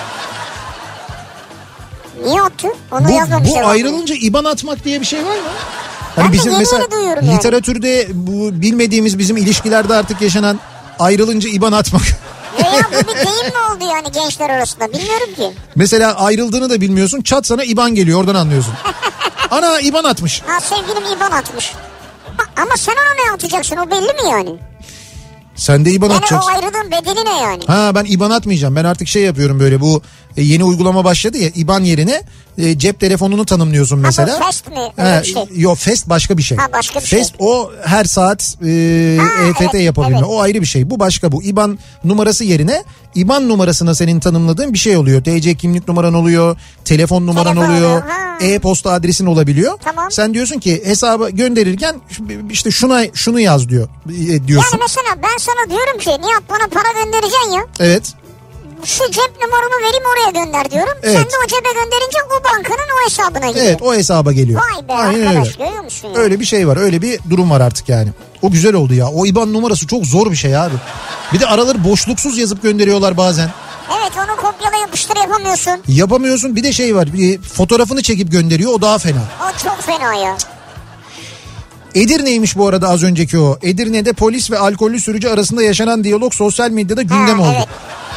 Niye attı? Onu Bu, yazmamışlar. bu ayrılınca İ B A N atmak diye bir şey var mı? Hani ben bizim de mesela yani. literatürde bu bilmediğimiz bizim ilişkilerde artık yaşanan ayrılınca İ B A N atmak. Veya bu bir deyim mi oldu yani gençler arasında, bilmiyorum ki. Mesela ayrıldığını da bilmiyorsun, çat sana İ B A N geliyor, oradan anlıyorsun. Ana İ B A N atmış. Ha, sevgilim İ B A N atmış. Ama sen ona ne atacaksın, o belli mi yani? Sen de İ B A N yani atacaksın. Yani o ayrılığın bedeli ne yani? Ha, ben İ B A N atmayacağım. Ben artık şey yapıyorum, böyle bu e, yeni uygulama başladı ya, İ B A N yerine e, cep telefonunu tanımlıyorsun mesela. Ha, bu Fest mi? Öyle ha, bir şey. Yok, Fest başka bir şey. Ha, başka bir Fest şey. o her saat e, ha, E F T evet, yapabilme. Evet. O ayrı bir şey. Bu başka bu. İ B A N numarası yerine İ B A N numarasına senin tanımladığın bir şey oluyor. T C kimlik numaran oluyor. Telefon numaran Telefon oluyor. oluyor, E-posta adresin olabiliyor. Tamam. Sen diyorsun ki hesaba gönderirken işte şuna şunu yaz diyor. E, diyorsun. Yani mesela ben sana diyorum ki Nihat bana para göndereceksin ya. Evet. Şu cep numaramı vereyim, oraya gönder diyorum. Evet. Sen de o cebe gönderince o bankanın o hesabına gidiyor. Evet, o hesaba geliyor. Vay be Aynen arkadaş, öyle. görüyor musun ya? Öyle bir şey var, öyle bir durum var artık yani. O güzel oldu ya. O İ B A N numarası çok zor bir şey abi. Bir de araları boşluksuz yazıp gönderiyorlar bazen. Evet, onu kopyala yapıştır yapamıyorsun. Yapamıyorsun. Bir de şey var, bir fotoğrafını çekip gönderiyor, o daha fena. O çok fena ya. Edirne'ymiş bu arada az önceki o. Edirne'de polis ve alkollü sürücü arasında yaşanan diyalog sosyal medyada gündem ha, oldu. Evet.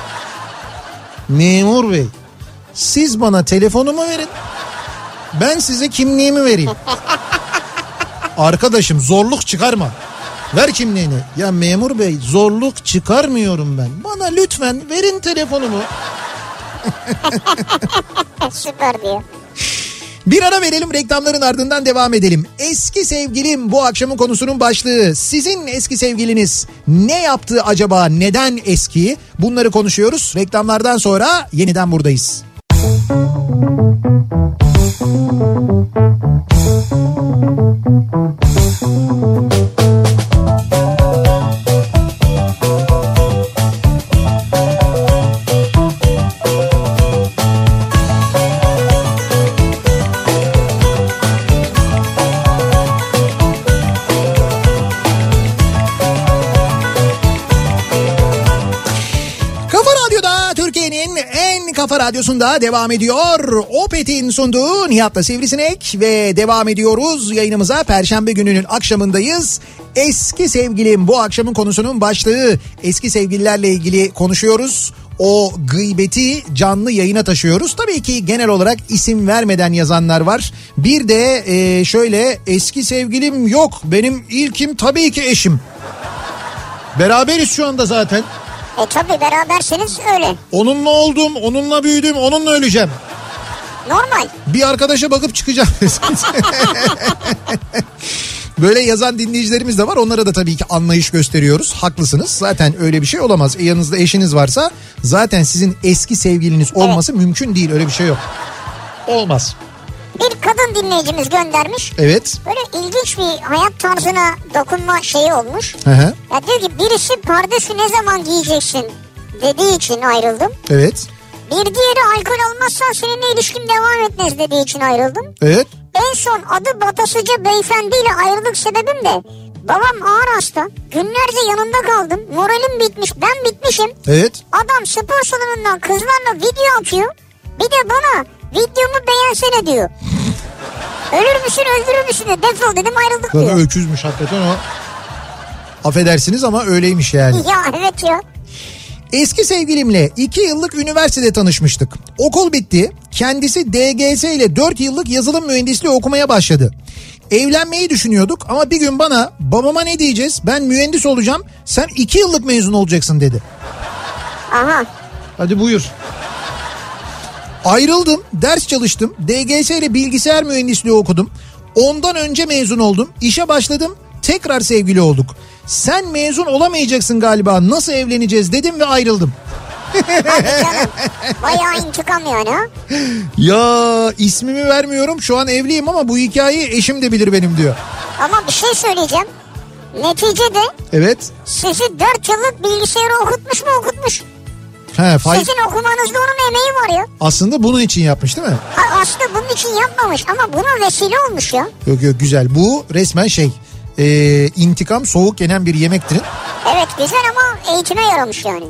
Memur bey, siz bana telefonumu verin, ben size kimliğimi vereyim. Arkadaşım zorluk çıkarma. Ver kimliğini. Ya memur bey, zorluk çıkarmıyorum ben. Bana lütfen verin telefonumu. Süper diyor. Bir ara verelim, reklamların ardından devam edelim. Eski sevgilim bu akşamın konusunun başlığı. Sizin eski sevgiliniz ne yaptı acaba, neden eski? Bunları konuşuyoruz. Reklamlardan sonra yeniden buradayız. Kafa Radyosu'nda devam ediyor. Opet'in sunduğu Nihat'la Sivrisinek ve devam ediyoruz yayınımıza. Perşembe gününün akşamındayız. Eski sevgilim bu akşamın konusunun başlığı. Eski sevgililerle ilgili konuşuyoruz. O gıybeti canlı yayına taşıyoruz. Tabii ki genel olarak isim vermeden yazanlar var. Bir de e, şöyle, eski sevgilim yok, benim ilkim tabii ki eşim. Beraberiz şu anda zaten. E tabii beraberseniz öyle. Onunla oldum, onunla büyüdüm, onunla öleceğim. Normal. Bir arkadaşa bakıp çıkacağım. Böyle yazan dinleyicilerimiz de var. Onlara da tabii ki anlayış gösteriyoruz. Haklısınız. Zaten öyle bir şey olamaz. E, yanınızda eşiniz varsa zaten sizin eski sevgiliniz olması evet. mümkün değil. Öyle bir şey yok. Olmaz. Bir kadın dinleyicimiz göndermiş. Evet. Böyle ilginç bir hayat tarzına dokunma şeyi olmuş. Hı hı. Ya diyor ki birisi pardesü ne zaman giyeceksin dediği için ayrıldım. Evet. Bir diğeri alkol almazsan seninle ilişkim devam etmez dediği için ayrıldım. Evet. En son adı Batasıca beyefendiyle ayrılık sebebim de babam ağır hasta. Günlerce yanında kaldım. Moralim bitmiş. Ben bitmişim. Evet. Adam spor salonundan kızlarla video atıyor. Bir de bana videomu beğensene diyor. Ölür müsün öldürür müsün de defol dedim ayrıldık diyor. Kadın öküzmüş hakikaten o. Affedersiniz ama öyleymiş yani. Ya evet ya. Eski sevgilimle iki yıllık üniversitede tanışmıştık. Okul bitti. Kendisi D G S ile dört yıllık yazılım mühendisliği okumaya başladı. Evlenmeyi düşünüyorduk ama bir gün bana babama ne diyeceğiz? Ben mühendis olacağım. Sen iki yıllık mezun olacaksın dedi. Aha. Hadi buyur. Ayrıldım, ders çalıştım. D G S ile bilgisayar mühendisliği okudum. Ondan önce mezun oldum. İşe başladım. Tekrar sevgili olduk. Sen mezun olamayacaksın galiba. Nasıl evleneceğiz dedim ve ayrıldım. Hadi canım. Bayağı intikam yani ha. Ya ismimi vermiyorum. Şu an evliyim ama bu hikayeyi eşim de bilir benim diyor. Ama bir şey söyleyeceğim. Neticede evet. sizi dört yıllık bilgisayarı okutmuş mu okutmuş? He, fay... Sizin okumanızda onun emeği var ya. Aslında bunun için yapmış değil mi? Ha, aslında bunun için yapmamış ama buna vesile olmuş ya. Yok yok güzel. Bu resmen şey e, intikam soğuk yenen bir yemektir. Evet güzel ama eğitime yaramış yani.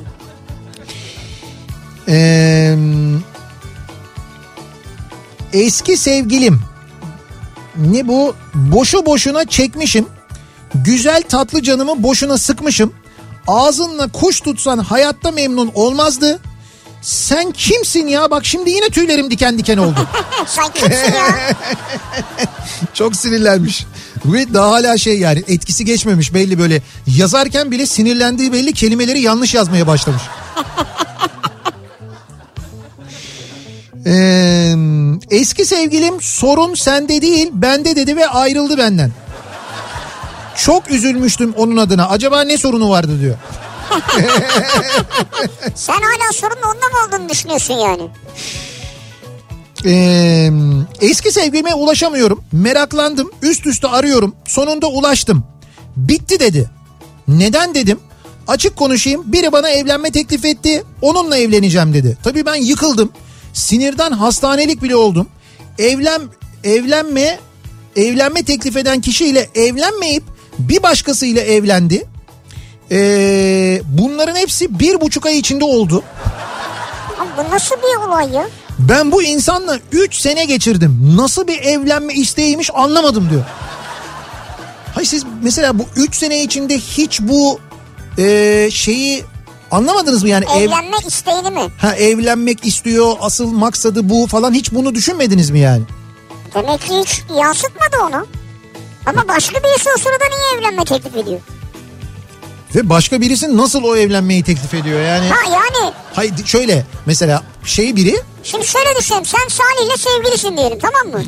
Ee, eski sevgilim ne bu boşu boşuna çekmişim, güzel tatlı canımı boşuna sıkmışım, ağzınla kuş tutsan hayatta memnun olmazdı, sen kimsin ya, bak şimdi yine tüylerim diken diken oldu. Sen kimsin ya? Çok sinirlenmiş ve daha hala şey yani etkisi geçmemiş belli, böyle yazarken bile sinirlendiği belli, kelimeleri yanlış yazmaya başlamış. Ee, eski sevgilim sorun sende değil bende dedi ve ayrıldı benden. Çok üzülmüştüm onun adına. Acaba ne sorunu vardı diyor. Sen hala sorunun onda mı olduğunu düşünüyorsun yani? Ee, eski sevgilime ulaşamıyorum. Meraklandım. Üst üste arıyorum. Sonunda ulaştım. Bitti dedi. Neden dedim. Açık konuşayım. Biri bana evlenme teklif etti. Onunla evleneceğim dedi. Tabii ben yıkıldım. Sinirden hastanelik bile oldum. Evlen evlenme evlenme teklif eden kişiyle evlenmeyip bir başkasıyla evlendi. Ee, bunların hepsi bir buçuk ay içinde oldu. Abi bu nasıl bir olay ya? Ben bu insanla üç sene geçirdim. Nasıl bir evlenme isteğiymiş anlamadım diyor. Hayır siz mesela bu üç sene içinde hiç bu e, şeyi anlamadınız mı yani? Evlenme ev... isteğini mi? Ha, evlenmek istiyor, asıl maksadı bu falan, hiç bunu düşünmediniz mi yani? Demek ki hiç yansıtmadı onu. Ama başka birisi o sırada niye evlenme teklif ediyor? Ve başka birisi nasıl o evlenmeyi teklif ediyor yani? Ha yani. Hayır şöyle mesela şey biri. Şimdi şöyle düşünelim, sen Salih'le sevgilisin diyelim, tamam mı?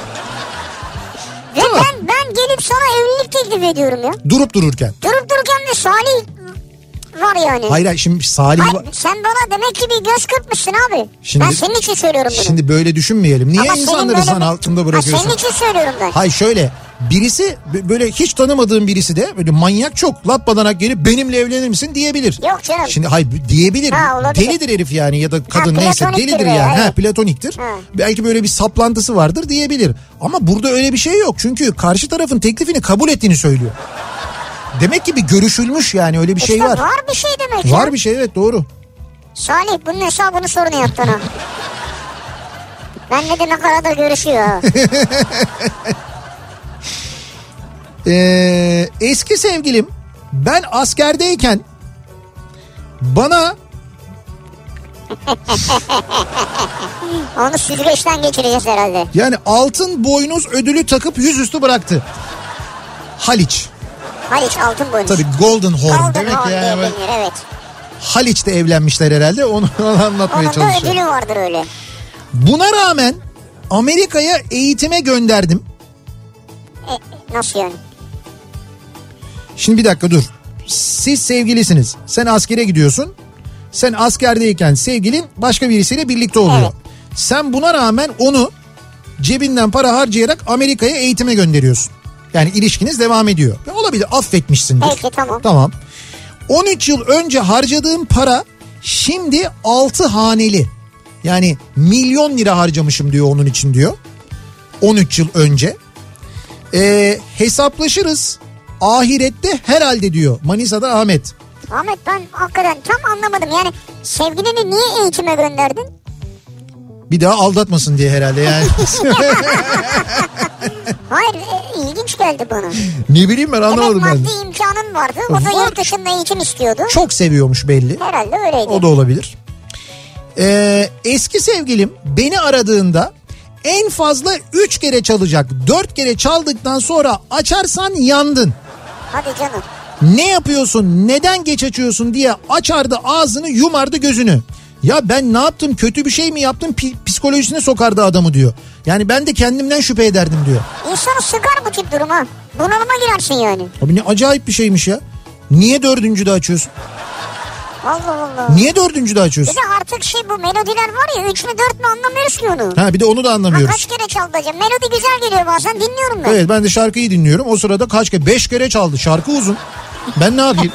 Ve tamam. ben ben gelip sana evlilik teklif ediyorum ya. Durup dururken. Durup dururken de Salih var yani. Hayır hayır şimdi Salih... Hayır, sen bana demek ki bir göz kırpmışsın abi. Şimdi, ben senin için söylüyorum bunu. Şimdi böyle düşünmeyelim. Niye ama insanları zan altında bırakıyorsun? Ha, senin için söylüyorum ben. Hayır şöyle, birisi böyle hiç tanımadığım birisi de böyle manyak çok lapbadanak gelip benimle evlenir misin diyebilir. Yok canım. Şimdi hayır diyebilir. Ha, delidir herif yani ya da kadın ha, neyse delidir yani. yani. Ha, platoniktir. Ha. Belki böyle bir saplantısı vardır diyebilir. Ama burada öyle bir şey yok. Çünkü karşı tarafın teklifini kabul ettiğini söylüyor. Demek ki bir görüşülmüş yani, öyle bir işte şey var. var bir şey demek. Var ya. bir şey, evet doğru. Salih bunun hesabını sorun yaptın ha. Benle de ne kadar da görüşüyor ha. ee, eski sevgilim ben askerdeyken bana onu süzgeçten geçireceğiz herhalde. Yani altın boynuz ödülü takıp yüzüstü bıraktı. Haliç. Haliç altın boynuz. Tabii Golden Horn. Golden Demek Horn yani diye denir, evet. Haliç'te evlenmişler herhalde, onu, onu anlatmaya onun çalışıyor. Onun da ödülü vardır öyle. Buna rağmen Amerika'ya eğitime gönderdim. E, nasıl yani? Şimdi bir dakika dur. Siz sevgilisiniz. Sen askere gidiyorsun. Sen askerdeyken sevgilin başka birisiyle birlikte oluyor. Evet. Sen buna rağmen onu cebinden para harcayarak Amerika'ya eğitime gönderiyorsun. Yani ilişkiniz devam ediyor. Ya olabilir, affetmişsindir. Peki, tamam. Tamam. on üç yıl önce harcadığım para şimdi altı haneli. Yani milyon lira harcamışım diyor onun için diyor. on üç yıl önce. Ee, hesaplaşırız ahirette herhalde diyor Manisa'da Ahmet. Ahmet, ben hakikaten tam anlamadım. Yani sevgilini niye eğitime gönderdin? Bir daha aldatmasın diye herhalde yani. Hayır, e, ilginç geldi bana. Ne bileyim ben, anlamadım evet, ben. maddi imkanın vardı. O da Var. yurt dışında eğitim istiyordu. Çok seviyormuş belli. Herhalde öyleydi. O da olabilir. Ee, eski sevgilim beni aradığında en fazla üç kere çalacak. dört kere çaldıktan sonra açarsan yandın. Hadi canım. Ne yapıyorsun, neden geç açıyorsun diye açardı ağzını, yumardı gözünü. Ya ben ne yaptım, kötü bir şey mi yaptım, P- psikolojisine sokardı adamı diyor. Yani ben de kendimden şüphe ederdim diyor. İnsanı sıkar bu tip durum ha. Bunalıma girersin yani. Abi ne acayip bir şeymiş ya. Niye dördüncüde açıyorsun? Allah Allah. Niye dördüncüde Bir açıyorsun? de artık şey, bu melodiler var ya, üç mü dört mü anlamıyoruz ki onu. Ha bir de onu da Ha, anlamıyoruz. kaç kere çaldı acaba? Melodi güzel geliyor bazen, dinliyorum ben. Evet, ben de şarkıyı dinliyorum. O sırada kaç kere? Beş kere çaldı. Şarkı uzun. Ben ne yapayım?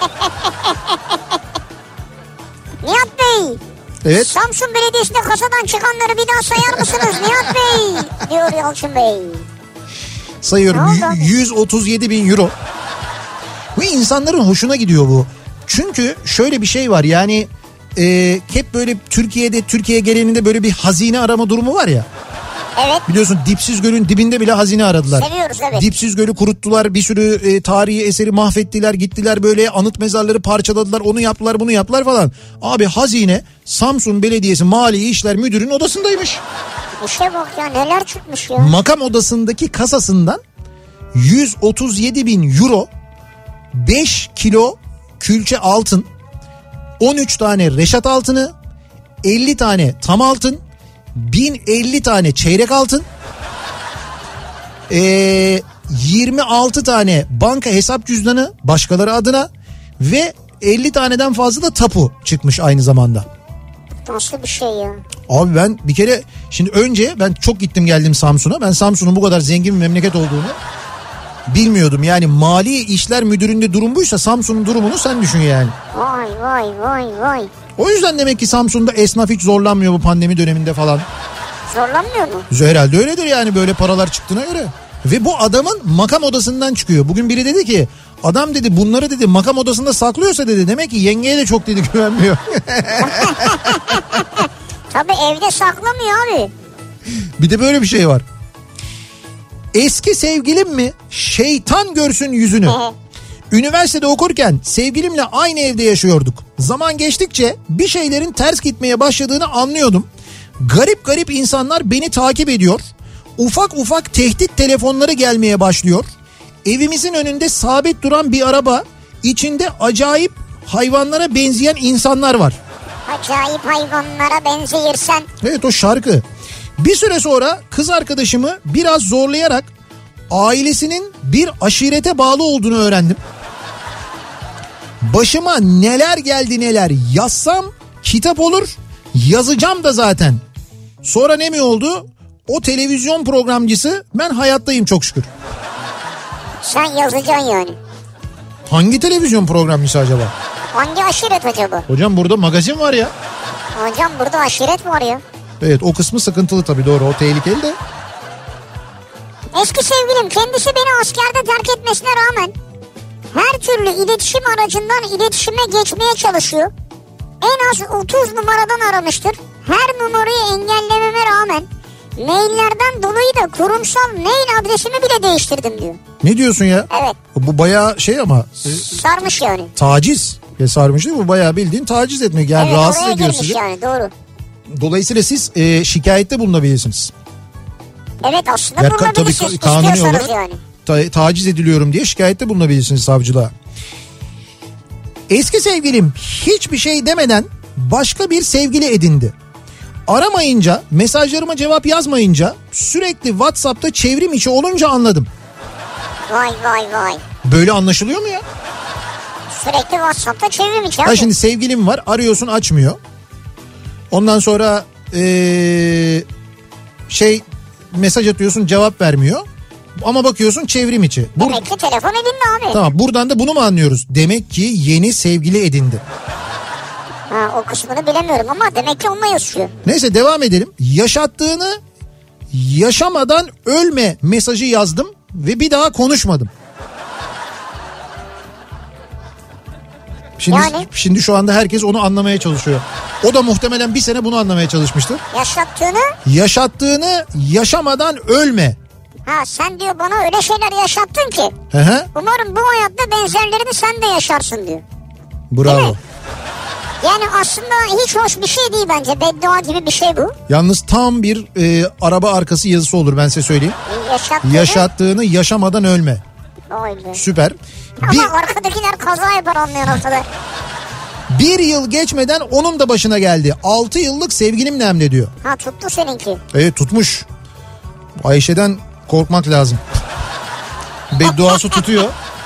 Nihat Bey. Evet. Samsun Belediyesi'nde kasadan çıkanları bir daha sayar mısınız Nihat Bey? Diyor Yalçın Bey. Sayıyorum. Ne oldu abi? yüz otuz yedi bin euro. Bu insanların hoşuna gidiyor bu. Çünkü şöyle bir şey var yani e, hep böyle Türkiye'de, Türkiye genelinde böyle bir hazine arama durumu var ya. Evet. Biliyorsun Dipsiz Göl'ün dibinde bile hazine aradılar. Seviyoruz, evet. Dipsiz Göl'ü kuruttular, bir sürü e, tarihi eseri mahvettiler, gittiler böyle anıt mezarları parçaladılar, onu yaptılar, bunu yaptılar falan. Abi hazine Samsun Belediyesi Mali İşler Müdürü'nün odasındaymış. İşe bak ya, neler çıkmış ya. Makam odasındaki kasasından yüz otuz yedi bin euro, beş kilo külçe altın, on üç tane reşat altını, elli tane tam altın, bin elli tane çeyrek altın, ee, yirmi altı tane banka hesap cüzdanı başkaları adına ve elli taneden fazla da tapu çıkmış aynı zamanda. Nasıl bir şey ya? Abi ben bir kere, şimdi önce ben çok gittim geldim Samsun'a. Ben Samsun'un bu kadar zengin bir memleket olduğunu bilmiyordum. Yani Mali İşler Müdürü'nde durum buysa Samsun'un durumunu sen düşün yani. Vay vay vay vay. O yüzden demek ki Samsun'da esnaf hiç zorlanmıyor bu pandemi döneminde falan. Zorlanmıyor mu? Herhalde öyledir yani, böyle paralar çıktığına göre. Ve bu adamın makam odasından çıkıyor. Bugün biri dedi ki, adam dedi bunları dedi makam odasında saklıyorsa dedi demek ki yengeye de çok dedi güvenmiyor. Tabii evde saklamıyor abi. Bir de böyle bir şey var. Eski sevgilim mi? Şeytan görsün yüzünü. Üniversitede okurken sevgilimle aynı evde yaşıyorduk. Zaman geçtikçe bir şeylerin ters gitmeye başladığını anlıyordum. Garip garip insanlar beni takip ediyor. Ufak ufak tehdit telefonları gelmeye başlıyor. Evimizin önünde sabit duran bir araba, içinde acayip hayvanlara benzeyen insanlar var. Acayip hayvanlara benzeyirsen. Evet, o şarkı. Bir süre sonra kız arkadaşımı biraz zorlayarak ailesinin bir aşirete bağlı olduğunu öğrendim. Başıma neler geldi neler, yazsam kitap olur, yazacağım da zaten. Sonra ne mi oldu? O televizyon programcısı, ben hayattayım çok şükür. Sen yazacaksın yani. Hangi televizyon programcısı acaba? Hangi aşiret acaba? Hocam burada magazin var ya. Hocam burada aşiret var ya. Evet, o kısmı sıkıntılı tabii, doğru, o tehlikeli de. Eski sevgilim kendisi beni askerde terk etmesine rağmen her türlü iletişim aracından iletişime geçmeye çalışıyor. En az otuz numaradan aramıştır. Her numarayı engellememe rağmen maillerden dolayı da kurumsal mail adresimi bile değiştirdim diyor. Ne diyorsun ya? Evet. Bu bayağı şey ama. E, Sarmış yani. taciz. Ya sarmış değil mi? Bu bayağı bildiğin taciz etmek. Yani evet, rahatsız oraya ediyor girmiş sizi. yani, doğru. Dolayısıyla siz e, şikayette bulunabilirsiniz. Evet, aslında Ya, bulunabilirsiniz tabii kanuni istiyorsanız olarak yani. ta- taciz ediliyorum diye şikayette bulunabilirsiniz savcılığa. Eski sevgilim hiçbir şey demeden başka bir sevgili edindi. Aramayınca, mesajlarıma cevap yazmayınca, sürekli WhatsApp'ta çevrim içi olunca anladım. Vay vay vay. Böyle anlaşılıyor mu ya? Sürekli WhatsApp'ta çevrim içi. Ha şimdi sevgilim var, arıyorsun açmıyor. Ondan sonra ee, şey mesaj atıyorsun, cevap vermiyor. Ama bakıyorsun çevrim içi. Bur- Demek ki telefon edindi abi. Tamam, buradan da bunu mu anlıyoruz? Demek ki yeni sevgili edindi. Ha, o kısmını bilemiyorum ama demek ki onunla yaşıyor. Neyse devam edelim. Yaşattığını yaşamadan ölme mesajı yazdım ve bir daha konuşmadım. Şimdi, Yani? şimdi şu anda herkes onu anlamaya çalışıyor. O da muhtemelen bir sene bunu anlamaya çalışmıştır. Yaşattığını? Yaşattığını yaşamadan ölme. Ha sen diyor bana öyle şeyler yaşattın ki. Hı hı. Umarım bu hayatta benzerlerini sen de yaşarsın diyor. Bravo. Yani aslında hiç hoş bir şey değil bence. Beddua gibi bir şey bu. Yalnız tam bir e, araba arkası yazısı olur, ben size söyleyeyim. Yaşattığını... Yaşattığını yaşamadan ölme. Vay be. Süper. Ama Bir, arkadakiler kaza yapar anlayan ortada. bir yıl geçmeden onun da başına geldi. altı yıllık sevgilimle hem de diyor. Ha tuttu seninki. Evet tutmuş. Ayşe'den korkmak lazım. Bedduası tutuyor.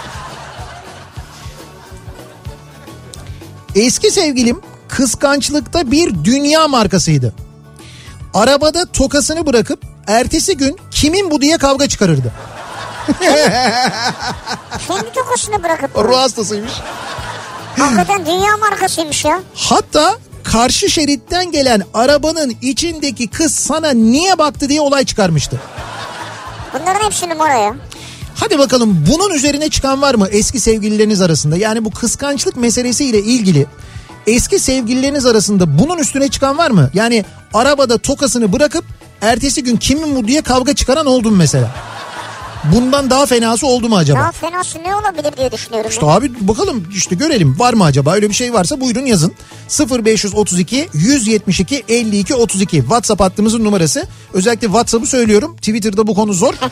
Eski sevgilim kıskançlıkta bir dünya markasıydı. Arabada tokasını bırakıp ertesi gün kimin bu diye kavga çıkarırdı. Kendi tokasını bırakıp. Ruh hastasıymış. Hakikaten dünya markasıymış ya. Hatta karşı şeritten gelen arabanın içindeki kız sana niye baktı diye olay çıkarmıştı. Bunların hepsi numara ya. Hadi bakalım, bunun üzerine çıkan var mı eski sevgilileriniz arasında? Yani bu kıskançlık meselesiyle ilgili eski sevgilileriniz arasında bunun üstüne çıkan var mı? Yani arabada tokasını bırakıp ertesi gün kimin bu diye kavga çıkaran oldu mu mesela? Bundan daha fenası oldu mu acaba? Daha fenası ne olabilir diye düşünüyorum. İşte abi bakalım, işte görelim var mı acaba, öyle bir şey varsa buyurun yazın. sıfır beş otuz iki yüz yetmiş iki elli iki otuz iki WhatsApp hattımızın numarası. Özellikle WhatsApp'ı söylüyorum, Twitter'da bu konu zor.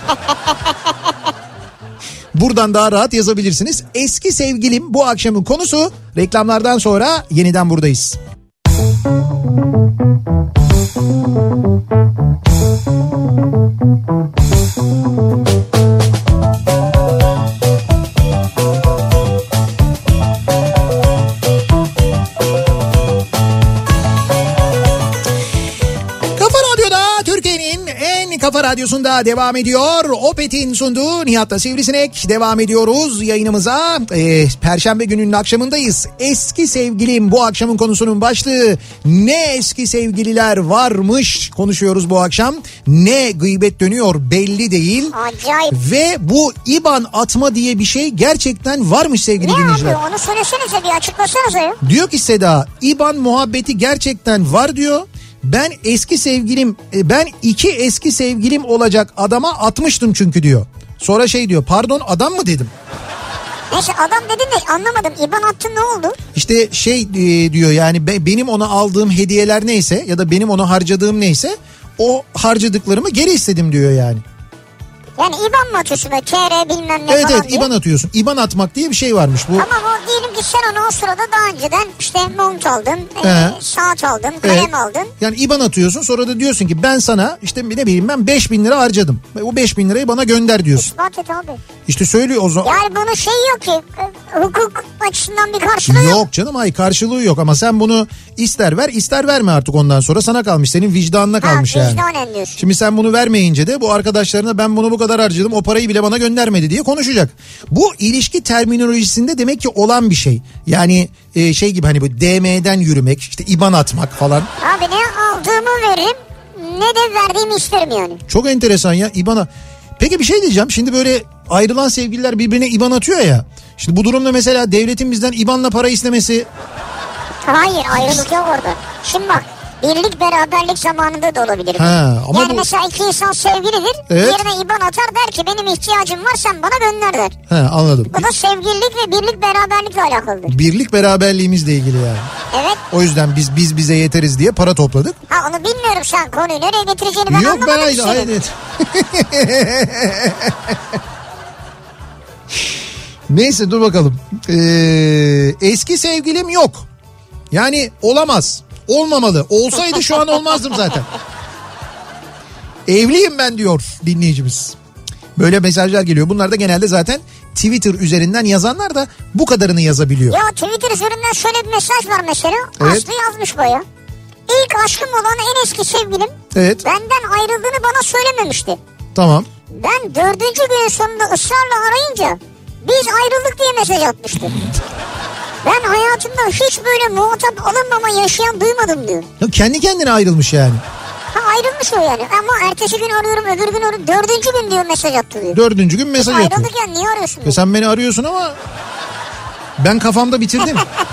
Buradan daha rahat yazabilirsiniz. Eski sevgilim bu akşamın konusu. Reklamlardan sonra yeniden buradayız. Kafa Radyosu'nda devam ediyor. Opet'in sunduğu Nihat'la Sivrisinek. Devam ediyoruz yayınımıza. Ee, Perşembe gününün akşamındayız. Eski sevgilim bu akşamın konusunun başlığı. Ne eski sevgililer varmış konuşuyoruz bu akşam. Ne gıybet dönüyor belli değil. Acayip. Ve bu İ B A N atma diye bir şey gerçekten varmış sevgili ne dinleyiciler. Ne abi, onu söylesenize, bir açıklasanıza ya. Diyor ki Seda, İ B A N muhabbeti gerçekten var diyor. Ben eski sevgilim, ben iki eski sevgilim olacak adama atmıştım çünkü diyor. Sonra şey diyor, pardon adam mı dedim. Neyse adam dedin de anlamadım. İ B A N attın, ne oldu? İşte şey e, diyor yani be, benim ona aldığım hediyeler neyse ya da benim ona harcadığım neyse o harcadıklarımı geri istedim diyor yani. Yani İ B A N mı atıyorsun böyle K R bilmem ne evet, falan evet diye? İ B A N atıyorsun. İ B A N atmak diye bir şey varmış bu. Ama bu diyelim ki sen ona o sırada daha önceden işte mont aldın, e, saat aldın, kalem evet. aldın. Yani İ B A N atıyorsun, sonra da diyorsun ki ben sana işte ne bileyim ben beş bin lira harcadım. O beş bin lirayı bana gönder diyorsun. İspat et abi. İşte söylüyor o zaman. Yani bunun şeyi yok ki, e, hukuk açısından bir karşılığı yok. Yok canım, hayır karşılığı yok ama sen bunu ister ver ister verme, artık ondan sonra sana kalmış, senin vicdanına kalmış ha, yani. Vicdanen diyorsun. Şimdi sen bunu vermeyince de bu arkadaşlarına ben bunu bu kadar harcadım, o parayı bile bana göndermedi diye konuşacak. Bu ilişki terminolojisinde demek ki olan bir şey. Yani e, şey gibi hani bu D M'den yürümek, işte İ B A N atmak falan. Abi ne aldığımı veririm ne de verdiğimi isterim yani. Çok enteresan ya, İ B A N''a. Peki bir şey diyeceğim, şimdi böyle ayrılan sevgililer birbirine İ B A N atıyor ya. Şimdi bu durumda mesela devletin bizden İ B A N'la para istemesi... Hayır, ayrılık yok orada. Şimdi bak, birlik beraberlik zamanında da olabilir. Ha, ama yani bu... mesela iki insan sevgilidir. Evet. Yerine İ B A N atar, der ki benim ihtiyacım var, sen bana gönder der. He, anladım. Bu da sevgililik ve birlik beraberlikle alakalıdır. Birlik beraberliğimizle ilgili yani. Evet. O yüzden biz biz bize yeteriz diye para topladık. Ha, onu bilmiyorum, sen konuyu nereye getireceğini ben Yok, anlamadım. ben hayır, hayır, evet. Neyse dur bakalım. Ee, eski sevgilim yok. Yani olamaz. Olmamalı. Olsaydı şu an olmazdım zaten. Evliyim ben diyor dinleyicimiz. Böyle mesajlar geliyor. Bunlar da genelde zaten Twitter üzerinden yazanlar da bu kadarını yazabiliyor. Ya Twitter üzerinden şöyle bir mesaj var mesela. Evet. Aslı yazmış baya. İlk aşkım olan en eski sevgilim Evet. benden ayrıldığını bana söylememişti. Tamam. Ben dördüncü günün sonunda ısrarla arayınca biz ayrıldık diye mesaj atmıştı. Ben hayatımda hiç böyle muhatap alınmama yaşayan duymadım diyor. Ya kendi kendine ayrılmış yani. Ha ayrılmış o yani ama ertesi gün arıyorum öbür gün arıyorum. Dördüncü gün diyor mesaj attı diyor. Dördüncü gün mesaj atıyor. Ayrıldık yani niye arıyorsun? Ya sen beni arıyorsun ama ben kafamda bitirdim.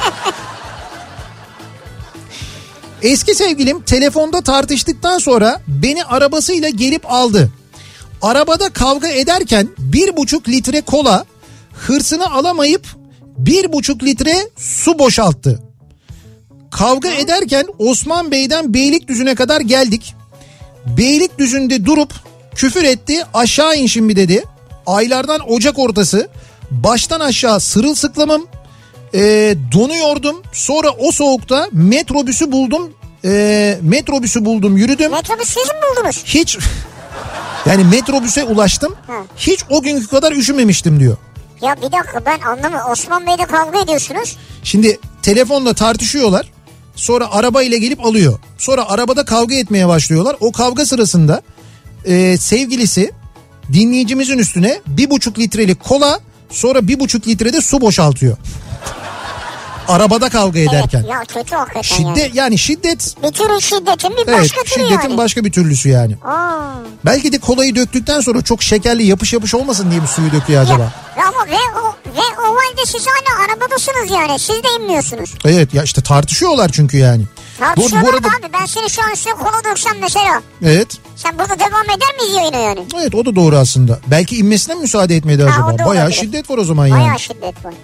Eski sevgilim telefonda tartıştıktan sonra beni arabasıyla gelip aldı. Arabada kavga ederken bir buçuk litre kola, hırsını alamayıp bir buçuk litre su boşalttı. Kavga ederken Osman Bey'den Beylikdüzü'ne kadar geldik. Beylikdüzü'nde durup küfür etti, aşağı in şimdi dedi. Aylardan Ocak ortası baştan aşağı sırılsıklamım, e, donuyordum. Sonra o soğukta metrobüsü buldum, e, metrobüsü buldum yürüdüm. Metrobüs siz mi buldunuz? Hiç yani metrobüse ulaştım. Hı. Hiç o günkü kadar üşümemiştim diyor. Ya bir dakika ben anlamıyorum. Osman Bey'de kavga ediyorsunuz. Şimdi telefonla tartışıyorlar. Sonra araba ile gelip alıyor. Sonra arabada kavga etmeye başlıyorlar. O kavga sırasında e, sevgilisi dinleyicimizin üstüne bir buçuk litrelik kola, sonra bir buçuk litrede su boşaltıyor. Arabada kavga ederken. Evet ya kötü hakikaten Şiddet yani. yani şiddet. Bir türlü şiddetin bir Evet, başka türü şiddetin yani. başka bir türlüsü yani. Aa. Belki de kolayı döktükten sonra çok şekerli yapış yapış olmasın diye mi suyu döküyor acaba? Ya, ama ve o, ve o halde siz hala arabadasınız yani. Siz de inmiyorsunuz. Evet ya işte tartışıyorlar çünkü yani. Tartışıyorlar Bu- bu arada- abi. Ben seni şu an üstüne kola döksem mesela. Evet. Sen burada devam eder miyiz yayına yani? Evet o da doğru aslında. Belki inmesine mi müsaade etmedi Ha, acaba? o da Bayağı olabilir. şiddet var o zaman yani. Bayağı şiddet var.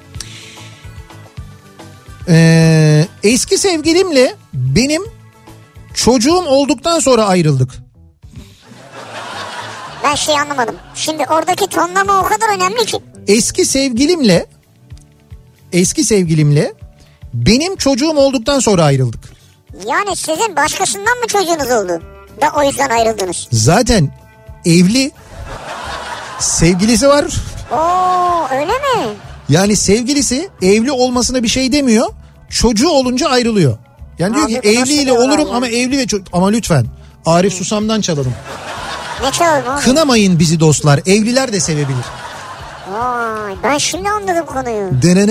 Ee, eski sevgilimle benim çocuğum olduktan sonra ayrıldık. Ben şey anlamadım. Şimdi oradaki tonlama o kadar önemli ki. Eski sevgilimle eski sevgilimle benim çocuğum olduktan sonra ayrıldık. Yani sizin başkasından mı çocuğunuz oldu? Da o yüzden ayrıldınız. Zaten evli, sevgilisi var. Oo öyle mi? Yani sevgilisi evli olmasına bir şey demiyor. Çocuğu olunca ayrılıyor. Yani diyor Abi, ki bu nasıl evliyle bir olay olurum ya? ama evli ve çocuk. Ama lütfen Arif Susam'dan çalalım. Ne çalalım abi? Kınamayın bizi dostlar. Evliler de sevebilir. Vay ben şimdi anladım konuyu.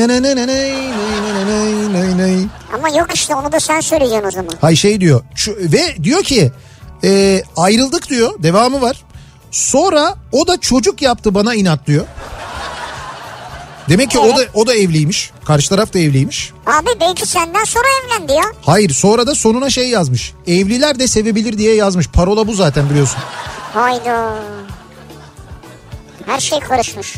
Ama yok işte onu da sen söyleyeceksin o zaman. Hay şey diyor şu, ve diyor ki e, ayrıldık diyor, devamı var. Sonra o da çocuk yaptı bana inat diyor. Demek ki Evet. o da o da evliymiş. Karşı taraf da evliymiş. Abi belki senden sonra evlendi ya. Hayır, sonra da sonuna şey yazmış. Evliler de sevebilir diye yazmış. Parola bu zaten biliyorsun. Hayda. Her şey karışmış.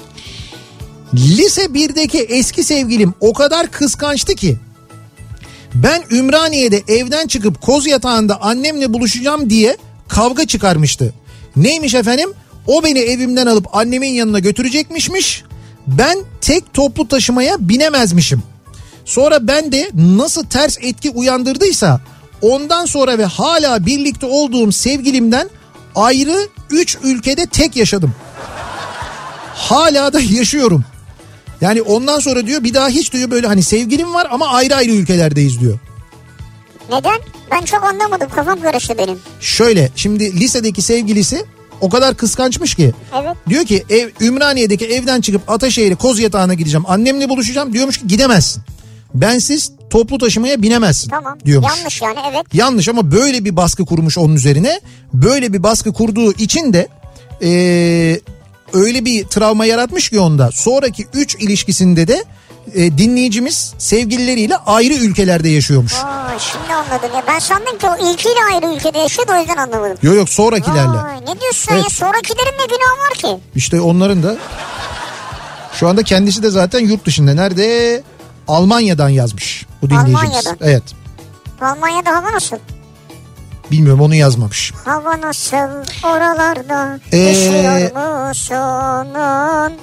Lise birdeki eski sevgilim o kadar kıskançtı ki ben Ümraniye'de evden çıkıp koz yatağında annemle buluşacağım diye kavga çıkarmıştı. Neymiş efendim? O beni evimden alıp annemin yanına götürecekmişmiş. Ben tek toplu taşımaya binemezmişim. Sonra ben de nasıl ters etki uyandırdıysa ondan sonra ve hala birlikte olduğum sevgilimden ayrı üç ülkede tek yaşadım. Hala da yaşıyorum. Yani ondan sonra diyor bir daha hiç diyor böyle hani sevgilim var ama ayrı ayrı ülkelerdeyiz diyor. Neden? Ben çok anlamadım. Kafam karıştı benim. Şöyle şimdi lisedeki sevgilisi o kadar kıskançmış ki. Evet. Diyor ki ev, Ümraniye'deki evden çıkıp Ataşehir'e koz yatağına gideceğim. Annemle buluşacağım. Diyormuş ki gidemezsin. Bensiz toplu taşımaya binemezsin. Tamam. Diyormuş. Yanlış yani evet. Yanlış ama böyle bir baskı kurmuş onun üzerine. Böyle bir baskı kurduğu için de ee, öyle bir travma yaratmış ki onda. Sonraki üç ilişkisinde de e, dinleyicimiz sevgilileriyle ayrı ülkelerde yaşıyormuş. Aa, şimdi anladım ya. Ben sandım ki o ilkiyle ayrı ülkede yaşıyordu o yüzden anlamadım. Yok yok sonrakilerle. Vay, ne diyorsun sen Evet. ya? Sonrakilerin ne günahı var ki? İşte onların da şu anda kendisi de zaten yurt dışında. Nerede? Almanya'dan yazmış bu dinleyicimiz. Almanya'dan. Evet. Almanya'da hava nasıl? Bilmiyorum, onu yazmamış. Hava nasıl oralarda? Ee... Yaşıyor musun?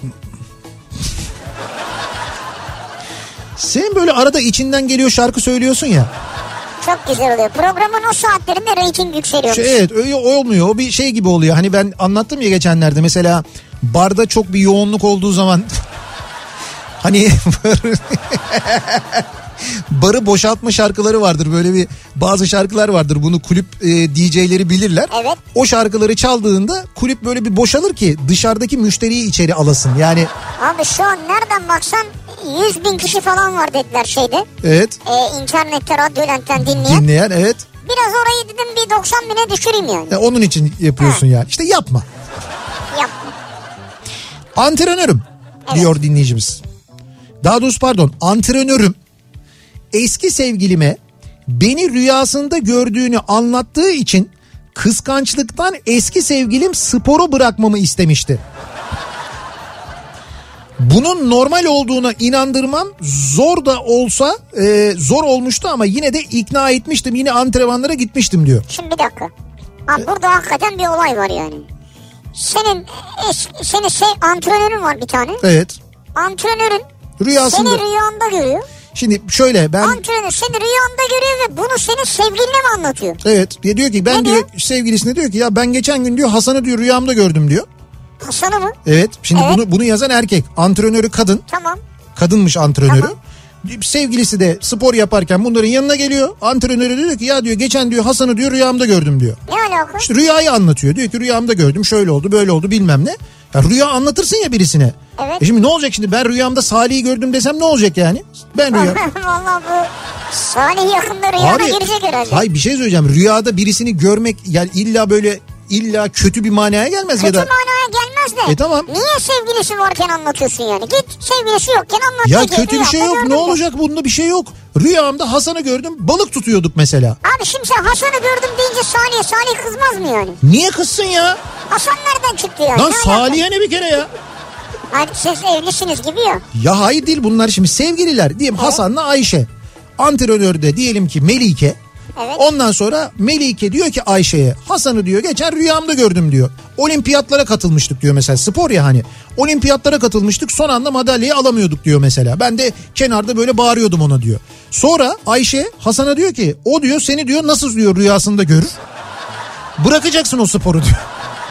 Senin böyle arada içinden geliyor şarkı söylüyorsun ya. Çok güzel oluyor. Programın o saatlerinde reyting yükseliyormuş. Şey, evet öyle olmuyor. O bir şey gibi oluyor. Hani ben anlattım ya geçenlerde mesela barda çok bir yoğunluk olduğu zaman hani barı boşaltma şarkıları vardır, böyle bir bazı şarkılar vardır, bunu kulüp e, D J'leri bilirler. Evet. O şarkıları çaldığında kulüp böyle bir boşalır ki dışarıdaki müşteriyi içeri alasın yani. Abi şu an nereden baksan yüz bin kişi falan var dediler şeyde. Evet. E, internette Radyoland'den dinleyen. Dinleyen, evet. Biraz orayı dedim bir doksan bine düşüreyim yani. Ya onun için yapıyorsun ha. Yani. İşte yapma. Yapma. Antrenörüm evet. diyor dinleyicimiz. Daha doğrusu pardon, antrenörüm eski sevgilime beni rüyasında gördüğünü anlattığı için kıskançlıktan eski sevgilim sporu bırakmamı istemişti. Bunun normal olduğuna inandırmam zor da olsa e, zor olmuştu ama yine de ikna etmiştim. Yine antrenmanlara gitmiştim diyor. Şimdi bir dakika. Abi burada hakikaten bir olay var yani. Senin es, senin şey, antrenörün var bir tane. Evet. Antrenörün rüyasında. Seni rüyanda görüyor. Şimdi şöyle ben... Antrenör seni rüyanda görüyor ve bunu senin sevgiline mi anlatıyor? Evet. Diyor ki ben ne diyor, diyor sevgilisine diyor ki ya ben geçen gün diyor Hasan'ı diyor rüyamda gördüm diyor. Hasan'ı mı? Evet. Şimdi evet. bunu bunu yazan erkek. Antrenörü kadın. Tamam. Kadınmış antrenörü. Tamam. Sevgilisi de spor yaparken bunların yanına geliyor. Antrenörü diyor ki ya diyor geçen diyor Hasan'ı diyor rüyamda gördüm diyor. Ne alaka? İşte rüyayı anlatıyor. Diyor ki rüyamda gördüm, şöyle oldu böyle oldu bilmem ne. Ya rüya anlatırsın ya birisine. Evet. E şimdi ne olacak şimdi, ben rüyamda Salih'i gördüm desem ne olacak yani? Ben rüya... Vallahi bu Salih yakında rüyana Abi, girecek herhalde. Hayır bir şey söyleyeceğim. Rüyada birisini görmek yani illa böyle illa kötü bir manaya gelmez. Kötü ya da... manaya gelmez de. E tamam. Niye sevgilisi varken anlatıyorsun yani? Git sevgilisi yokken anlat. Ya peki, kötü bir şey yok. Ne de. olacak bunda, bir şey yok. Rüyamda Hasan'ı gördüm, balık tutuyorduk mesela. Abi şimdi sen Hasan'ı gördüm deyince Salih, Salih kızmaz mı yani? Niye kızsın ya? Hasan nereden çıktı yani? Lan Salih'e ne bir kere ya? Hayır siz evlisiniz gibi ya. Ya hayır değil, bunlar şimdi sevgililer. Diyelim evet. Hasan'la Ayşe. Antrenörde diyelim ki Melike. Evet. Ondan sonra Melike diyor ki Ayşe'ye, Hasan'ı diyor geçen rüyamda gördüm diyor. Olimpiyatlara katılmıştık diyor mesela, spor ya hani. Olimpiyatlara katılmıştık, son anda madalyayı alamıyorduk diyor mesela. Ben de kenarda böyle bağırıyordum ona diyor. Sonra Ayşe Hasan'a diyor ki o diyor seni diyor nasıl diyor rüyasında görür. Bırakacaksın o sporu diyor.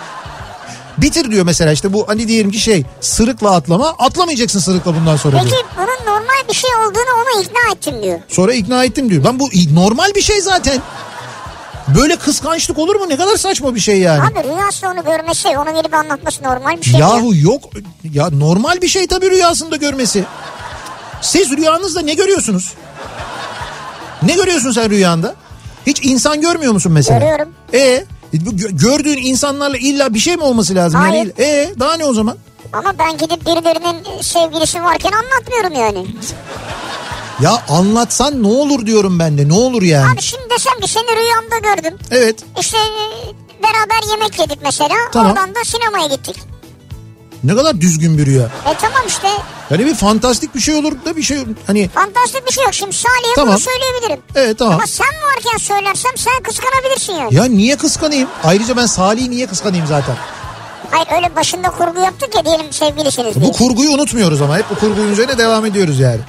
Bitir diyor mesela, işte bu hani diyelim ki şey sırıkla atlama, atlamayacaksın sırıkla bundan sonra Peki, diyor. bunun normal bir şey olduğunu ona ikna ettim diyor. Sonra ikna ettim diyor. Ben bu normal bir şey zaten. Böyle kıskançlık olur mu? Ne kadar saçma bir şey yani. Abi rüyasında onu görmesi, onu gelip anlatması normal bir şey. Yahu ya. yok. Ya normal bir şey tabii rüyasında görmesi. Siz rüyanızda ne görüyorsunuz? Ne görüyorsun sen rüyanda? Hiç insan görmüyor musun mesela? Görüyorum. E gördüğün insanlarla illa bir şey mi olması lazım? Hayır. Yani, e daha ne o zaman? Ama ben gidip birilerinin sevgilisi varken anlatmıyorum yani. Ya anlatsan ne olur diyorum ben de, ne olur yani. Abi şimdi desem ki seni rüyamda gördüm. Evet. İşte beraber yemek yedik mesela. Tamam. Oradan da sinemaya gittik. Ne kadar düzgün bir rüya. E tamam işte. Yani bir fantastik bir şey olur da bir şey hani. Fantastik bir şey yok. Şimdi Salih'e tamam. bunu söyleyebilirim. Evet tamam. Ama sen varken söylersem sen kıskanabilirsin yani. Ya niye kıskanayım? Ayrıca ben Salih'i niye kıskanayım zaten? Hayır öyle başında kurgu yaptık ya diyelim sevgilisiniz diye. Bu kurguyu unutmuyoruz ama hep bu kurgunun üzerine devam ediyoruz yani.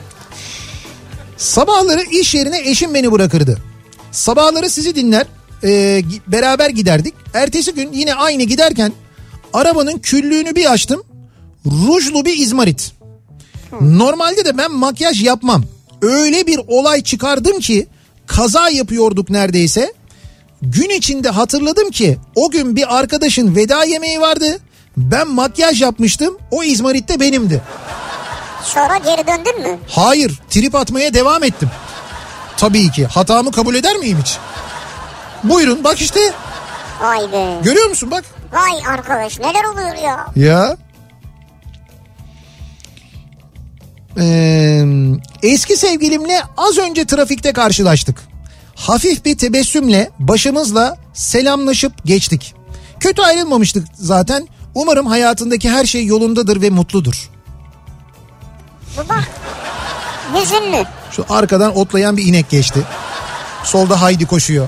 Sabahları iş yerine eşim beni bırakırdı. Sabahları sizi dinler, e, beraber giderdik. Ertesi gün yine aynı giderken arabanın küllüğünü bir açtım. Rujlu bir izmarit. Normalde de ben makyaj yapmam. Öyle bir olay çıkardım ki kaza yapıyorduk neredeyse. Gün içinde hatırladım ki o gün bir arkadaşın veda yemeği vardı. Ben makyaj yapmıştım. O izmarit de benimdi. Sonra geri döndün mü? Hayır, trip atmaya devam ettim. Tabii ki. Hatamı kabul eder miyim hiç? Buyurun bak işte. Vay be. Görüyor musun bak. Vay arkadaş neler oluyor ya. Ya. Ee, eski sevgilimle az önce trafikte karşılaştık. Hafif bir tebessümle başımızla selamlaşıp geçtik. Kötü ayrılmamıştık zaten. Umarım hayatındaki her şey yolundadır ve mutludur. Bu bak. Hüzünlü. Şu arkadan otlayan bir inek geçti. Solda Haydi koşuyor.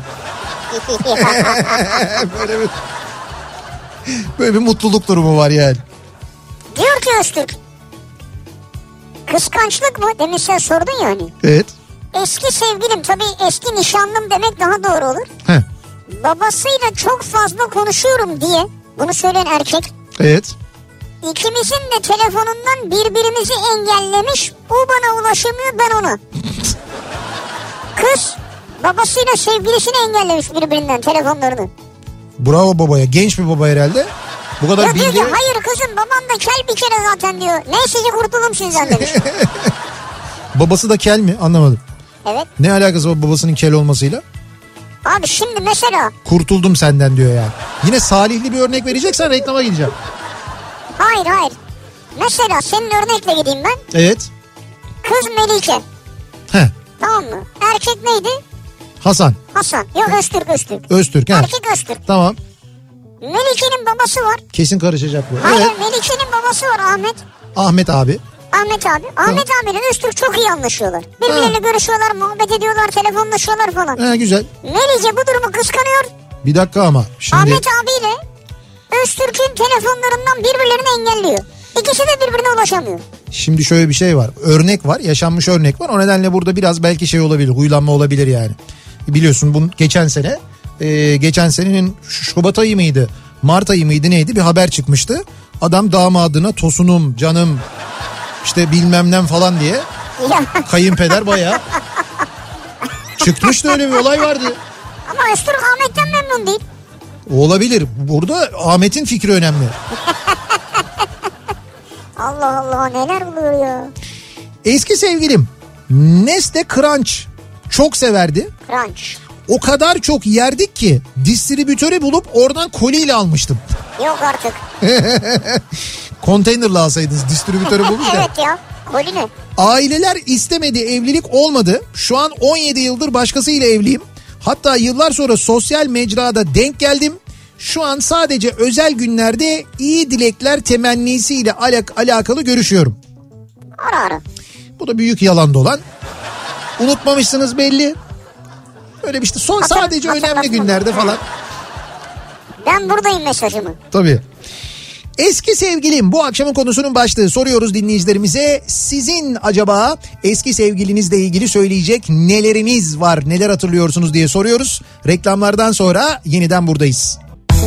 böyle bir böyle bir mutluluk durumu var yani. Diyor ki Öztürk. Kıskançlık mı? Demin sen sordun yani. Evet. Eski sevgilim, tabii eski nişanlım demek daha doğru olur. Heh. Babasıyla çok fazla konuşuyorum diye bunu söyleyen erkek. Evet. ikimizin de telefonundan birbirimizi engellemiş. O bana ulaşamıyor, ben ona. Kız babasıyla sevgilisini engellemiş birbirinden telefonlarını. Bravo babaya. Genç bir baba herhalde. Bu kadar ya bilgi... diyor ki hayır kızım, baban da kel bir kere zaten diyor. Neyse ki kurtulum sizden demiş. Babası da kel mi? Anlamadım. Evet. Ne alakası var babasının kel olmasıyla? Abi şimdi mesela. Kurtuldum senden diyor yani. Yine salihli bir örnek vereceksen reklama gideceğim. Hayır hayır. Mesela senin örnekle gideyim ben. Evet. Kız Melike. Heh. Tamam mı? Erkek neydi? Hasan. Hasan. Yok Öztürk Öztürk. Öztürk. He. Erkek Öztürk. Tamam. Melike'nin babası var. Kesin karışacak bu. Hayır Evet. Melike'nin babası var Ahmet. Ahmet abi. Ahmet abi. Ahmet abiyle Öztürk çok iyi anlaşıyorlar. Birbirleriyle görüşüyorlar, muhabbet ediyorlar, telefonlaşıyorlar falan. He, güzel. Melike bu durumu kıskanıyor. Bir dakika ama. Şimdi... Ahmet abiyle Öztürk'ün telefonlarından birbirlerini engelliyor. İkisi de birbirine ulaşamıyor. Şimdi şöyle bir şey var. Örnek var. Yaşanmış örnek var. O nedenle burada biraz belki şey olabilir. Huylanma olabilir yani. Biliyorsun bu geçen sene. E, geçen senenin Şubat ayı mıydı? Mart ayı mıydı neydi? Bir haber çıkmıştı. Adam damadına tosunum, canım, işte bilmem ne falan diye. Kayınpeder bayağı. Çıkmıştı, öyle bir olay vardı. Ama Öztürk Ahmet'ten memnun değil. Olabilir. Burada Ahmet'in fikri önemli. Allah Allah, neler oluyor ya. Eski sevgilim Nestle Crunch çok severdi. Crunch. O kadar çok yerdik ki distribütörü bulup oradan koliyle almıştım. Yok artık. Konteynerla alsaydınız, distribütörü bulmuş ya. Evet ya, koli ne? Aileler istemedi, evlilik olmadı. Şu an on yedi yıldır başkasıyla evliyim. Hatta yıllar sonra sosyal mecrada denk geldim. Şu an sadece özel günlerde iyi dilekler temennisiyle alak- alakalı görüşüyorum. Ara ara. Bu da büyük yalan dolan. Unutmamışsınız belli. Öyle bir işte son Hatır, sadece önemli günlerde falan. Ben buradayım mesajımı. Tabii. Eski sevgilim bu akşamın konusunun başlığı. Soruyoruz dinleyicilerimize, sizin acaba eski sevgilinizle ilgili söyleyecek neleriniz var, neler hatırlıyorsunuz diye soruyoruz. Reklamlardan sonra yeniden buradayız.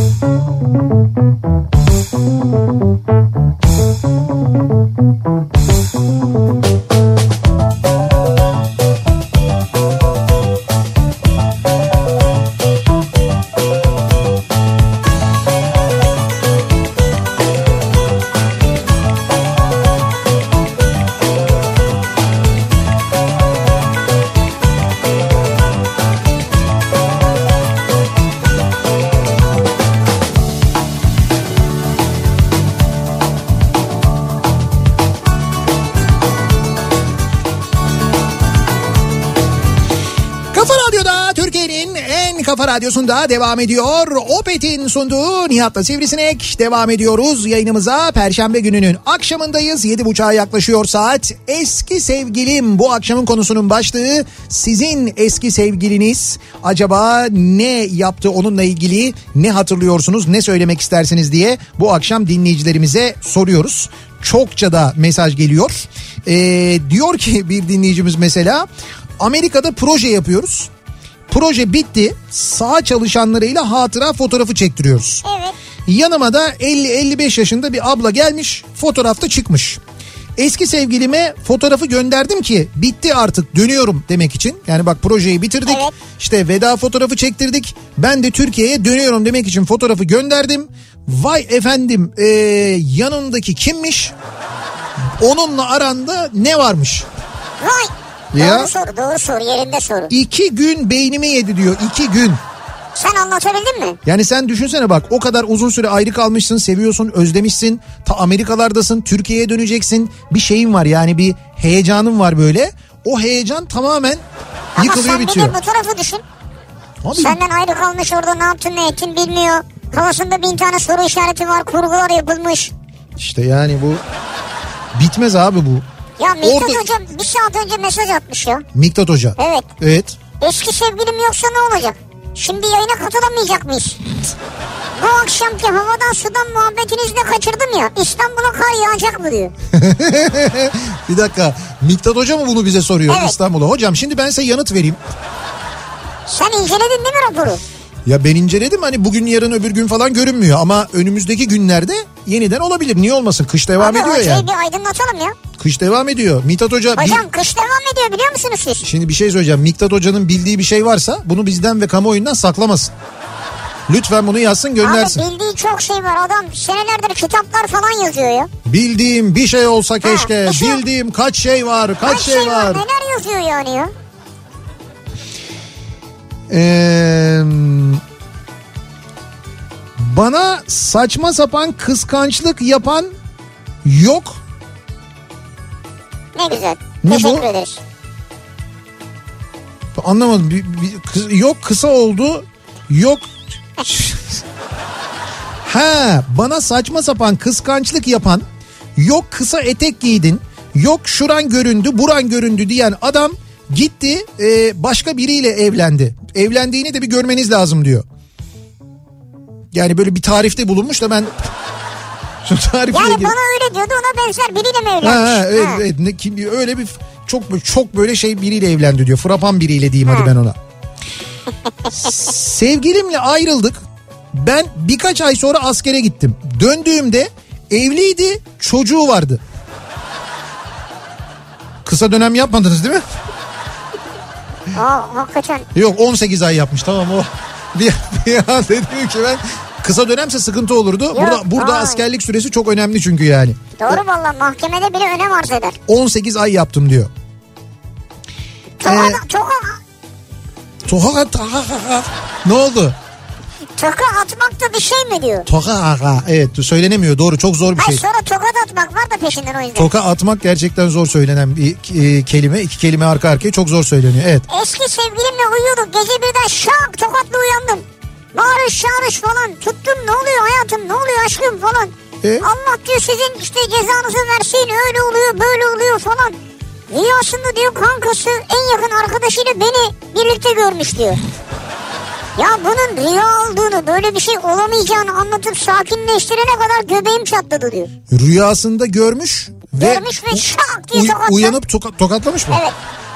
Kafa Radyosu'nda devam ediyor. Opet'in sunduğu Nihat'la Sivrisinek devam ediyoruz yayınımıza. Perşembe gününün akşamındayız. Yedi buçuğa yaklaşıyor saat. Eski sevgilim bu akşamın konusunun başlığı. Sizin eski sevgiliniz acaba ne yaptı, onunla ilgili ne hatırlıyorsunuz, ne söylemek istersiniz diye bu akşam dinleyicilerimize soruyoruz. Çokça da mesaj geliyor. Ee, diyor ki bir dinleyicimiz mesela, Amerika'da proje yapıyoruz. Proje bitti. Sağ çalışanlarıyla hatıra fotoğrafı çektiriyoruz. Evet. Yanıma da elli elli beş yaşında bir abla gelmiş. Fotoğrafta çıkmış. Eski sevgilime fotoğrafı gönderdim ki bitti artık, dönüyorum demek için. Yani bak, projeyi bitirdik. Evet. İşte veda fotoğrafı çektirdik. Ben de Türkiye'ye dönüyorum demek için fotoğrafı gönderdim. Vay efendim, ee, yanındaki kimmiş? Onunla aranda ne varmış? Vay. Ya. Doğru soru, doğru soru, yerinde soru. İki gün beynimi yedi diyor, iki gün. Sen anlatabildin mi? Yani sen düşünsene bak, o kadar uzun süre ayrı kalmışsın, seviyorsun, özlemişsin. Ta Amerikalardasın, Türkiye'ye döneceksin. Bir şeyin var yani, bir heyecanın var böyle. O heyecan tamamen ama yıkılıyor, bitiyor. Ama sen bir de bu tarafı düşün. Abi, senden ayrı kalmış, orada ne yaptın ne ettin bilmiyor. Kafasında bin tane soru işareti var, kurgular yapılmış. İşte yani bu bitmez abi bu. Ya Miktat Orada... Hoca bir saat önce mesaj atmış ya. Miktat Hoca. Evet. Evet. Eski sevgilim yoksa ne olacak? Şimdi yayına katılamayacak mıyız? Bu akşamki havadan sudan muhabbetinizde kaçırdım ya. İstanbul'a kar yağacak mı diyor. Bir dakika. Miktat Hoca mı bunu bize soruyor, evet. İstanbul'a? Hocam şimdi ben size yanıt vereyim. Sen inceledin değil mi raporu? Ya ben inceledim, hani bugün yarın öbür gün falan görünmüyor ama önümüzdeki günlerde yeniden olabilir. Niye olmasın? Kış devam Abi, ediyor hocayı yani. bir aydınlatalım ya. Kış devam ediyor. Mithat Hoca... Hocam bir... kış devam ediyor biliyor musunuz siz? Şimdi bir şey söyleyeceğim. Mithat Hoca'nın bildiği bir şey varsa bunu bizden ve kamuoyundan saklamasın. Lütfen bunu yazsın, göndersin. Abi bildiği çok şey var. Adam senelerdir kitaplar falan yazıyor ya. Bildiğim bir şey olsa keşke. Ha, şey... Bildiğim kaç şey var. Kaç, kaç şey, şey var. var. Neler yazıyor yani ya? Eee... Bana saçma sapan kıskançlık yapan yok. Ne güzel. Ne Teşekkür bu? ederiz. Anlamadım. Bir, bir, yok kısa oldu. Yok. Ha, bana saçma sapan kıskançlık yapan, yok kısa etek giydin, yok şuran göründü, buran göründü diyen adam gitti e, başka biriyle evlendi. Evlendiğini de bir görmeniz lazım diyor. Yani böyle bir tarifte bulunmuş da ben şu tarifle yani ilgili... bana öyle diyordu, ona benzer biriyle mi evlenmiş? Ha, ha, evet, ha. evet. Ne, kim, öyle bir çok çok böyle şey biriyle evlendi diyor. Frapan biriyle diyeyim ha. Hadi ben ona. Sevgilimle ayrıldık. Ben birkaç ay sonra askere gittim. Döndüğümde evliydi, çocuğu vardı. Kısa dönem yapmadınız değil mi? Aa, hakikaten. Yok on sekiz ay yapmış, tamam o. Bir, bir an dedim ki ben kısa dönemse sıkıntı olurdu. Yok, burada burada aa. askerlik süresi çok önemli çünkü yani. Doğru valla, mahkemede bile önem arz eder. on sekiz ay yaptım diyor. Toka ee, toka. Toka toka. Ne oldu? Toka atmak da bir şey mi diyor? Toka evet, söylenemiyor, doğru, çok zor bir Hayır, şey. Sonra tokat atmak var da peşinden, o yüzden. Toka atmak gerçekten zor söylenen bir e, kelime. İki kelime arka arkaya çok zor söyleniyor, evet. Eski sevgilimle uyuyorduk, gece birden şak tokatla uyandım. Bağırış çağırış falan, tuttum, ne oluyor hayatım, ne oluyor aşkım falan. E? Allah diyor sizin işte cezanızı versin, öyle oluyor böyle oluyor falan. Rüyasında diyor kankası en yakın arkadaşıyla beni birlikte görmüş diyor. Ya bunun rüya olduğunu, böyle bir şey olamayacağını anlatıp sakinleştirene kadar göbeğim çatladı diyor. Rüyasında görmüş ve, görmüş ve şak diye uy- tokatlamış. Uyanıp toka- tokatlamış mı? Evet.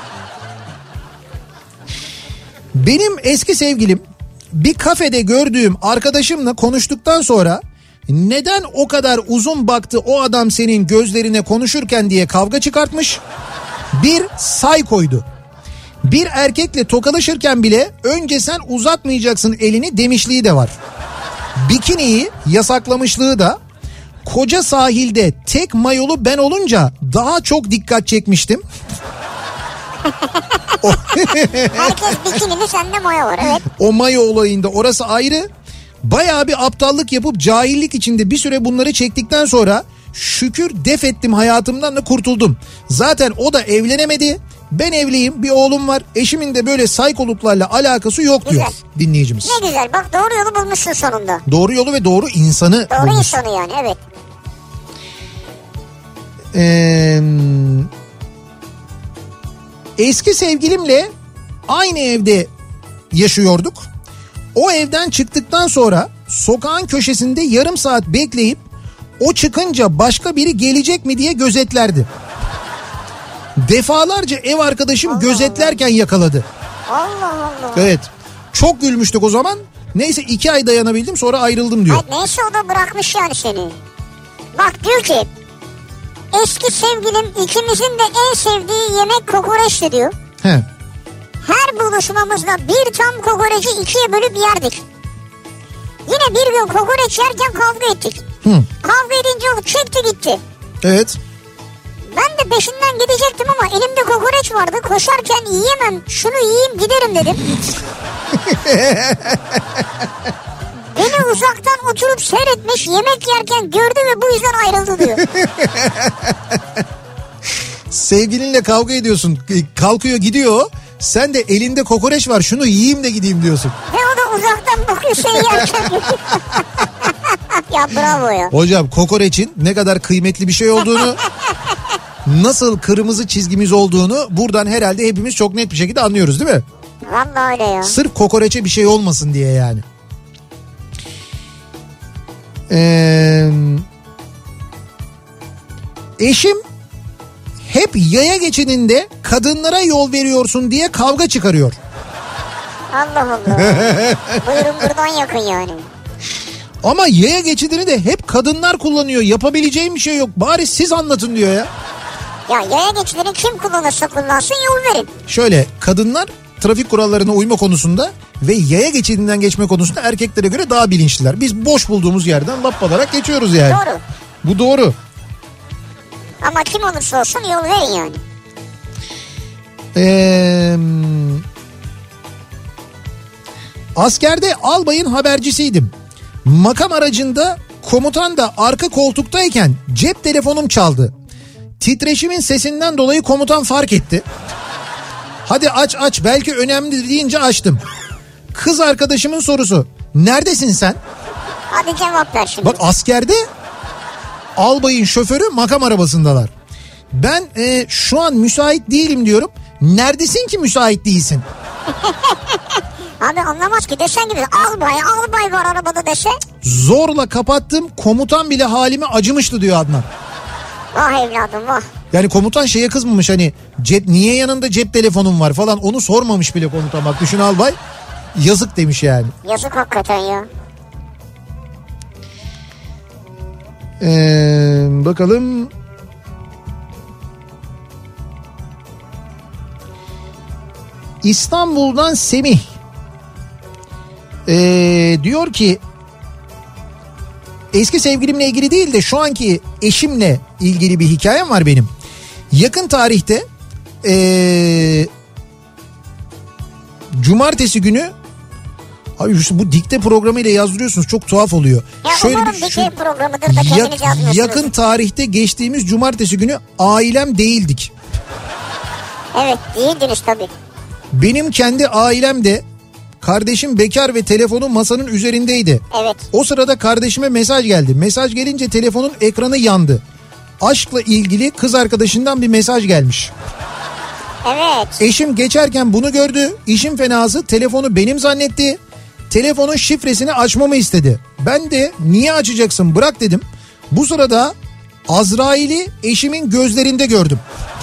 Benim eski sevgilim bir kafede gördüğüm arkadaşımla konuştuktan sonra neden o kadar uzun baktı o adam senin gözlerine konuşurken diye kavga çıkartmış. Bir say koydu. Bir erkekle tokalaşırken bile önce sen uzatmayacaksın elini demişliği de var. Bikiniyi yasaklamışlığı da, koca sahilde tek mayolu ben olunca daha çok dikkat çekmiştim. Herkes bikinili, sende mayo var, evet. O mayo olayında orası ayrı. Bayağı bir aptallık yapıp cahillik içinde bir süre bunları çektikten sonra şükür def ettim hayatımdan da kurtuldum. Zaten o da evlenemedi. Ben evliyim, bir oğlum var. Eşimin de böyle saykoluklarla alakası yok diyor güzel. Dinleyicimiz. Ne güzel, bak doğru yolu bulmuşsun sonunda. Doğru yolu ve doğru insanı Doğru bulmuş. insanı yani, evet. Ee, eski sevgilimle aynı evde yaşıyorduk. O evden çıktıktan sonra sokağın köşesinde yarım saat bekleyip o çıkınca başka biri gelecek mi diye gözetlerdi. Defalarca ev arkadaşım Allah gözetlerken Allah. yakaladı. Allah Allah. Evet. Çok gülmüştük o zaman. Neyse iki ay dayanabildim, sonra ayrıldım diyor. Hayır, neyse o da bırakmış yani seni. Bak diyor ki eski sevgilim ikimizin de en sevdiği yemek kokoreçti diyor. He. Her buluşmamızda bir tam kokoreci ikiye bölüp yerdik. Yine bir gün kokoreç yerken kavga ettik. Hı. Kavga edince o çekti gitti. Evet. Ben de peşinden gidecektim ama elimde kokoreç vardı. Koşarken yiyemem, şunu yiyeyim giderim dedim. Beni uzaktan oturup seyretmiş, yemek yerken gördü ve bu yüzden ayrıldı diyor. Sevgilinle kavga ediyorsun, kalkıyor gidiyor. Sen de elinde kokoreç var, şunu yiyeyim de gideyim diyorsun. Ve o da uzaktan bakıyor şey yerken. Ya bravo ya. Hocam kokoreçin ne kadar kıymetli bir şey olduğunu, nasıl kırmızı çizgimiz olduğunu buradan herhalde hepimiz çok net bir şekilde anlıyoruz değil mi? Vallahi öyle ya. Sırf kokoreçe bir şey olmasın diye yani. Ee, eşim hep yaya geçidinde kadınlara yol veriyorsun diye kavga çıkarıyor. Allah Allah. Buyurun buradan yakın yani. Ama yaya geçidini de hep kadınlar kullanıyor. Yapabileceğim bir şey yok. Bari siz anlatın diyor ya. Ya yaya geçidini kim kullanırsa kullansın yol verin. Şöyle, kadınlar trafik kurallarına uyma konusunda ve yaya geçidinden geçme konusunda erkeklere göre daha bilinçliler. Biz boş bulduğumuz yerden lappalarak geçiyoruz yani. Doğru. Bu doğru. Ama kim olursa olsun yol verin yani. Eee... Askerde albayın habercisiydim. Makam aracında komutan da arka koltuktayken cep telefonum çaldı. Titreşimin sesinden dolayı komutan fark etti. Hadi aç aç belki önemli deyince açtım. Kız arkadaşımın sorusu, neredesin sen? Hadi cevap ver şimdi. Bak, askerde albayın şoförü makam arabasındalar. Ben e, şu an müsait değilim diyorum. Neredesin ki müsait değilsin? Abi anlamaz ki, desen gibi albay albay var arabada dese. Zorla kapattım, komutan bile halime acımıştı diyor Adnan. Vah evladım vah. Yani komutan şeye kızmamış, hani cep, niye yanında cep telefonun var falan, onu sormamış bile komutan. Bak düşün, albay yazık demiş yani. Yazık hakikaten ya. Ee, bakalım. İstanbul'dan Semih ee, diyor ki, eski sevgilimle ilgili değil de şu anki eşimle ilgili bir hikayem var benim. Yakın tarihte ee, cumartesi günü, abi bu dikte programıyla yazdırıyorsunuz, çok tuhaf oluyor. Ya Şöyle umarım bir, dikte şu, programıdır da kendiniz yak, yazmıyorsunuz. Yakın tarihte geçtiğimiz cumartesi günü ailem değildik. Evet değildiniz tabii. Benim kendi ailem de, kardeşim bekar ve telefonu masanın üzerindeydi. Evet. O sırada kardeşime mesaj geldi. Mesaj gelince telefonun ekranı yandı. Aşkla ilgili kız arkadaşından bir mesaj gelmiş. Evet. Eşim geçerken bunu gördü. İşin fenası telefonu benim zannetti. Telefonun şifresini açmamı istedi. Ben de niye açacaksın bırak dedim. Bu sırada Azrail'i eşimin gözlerinde gördüm.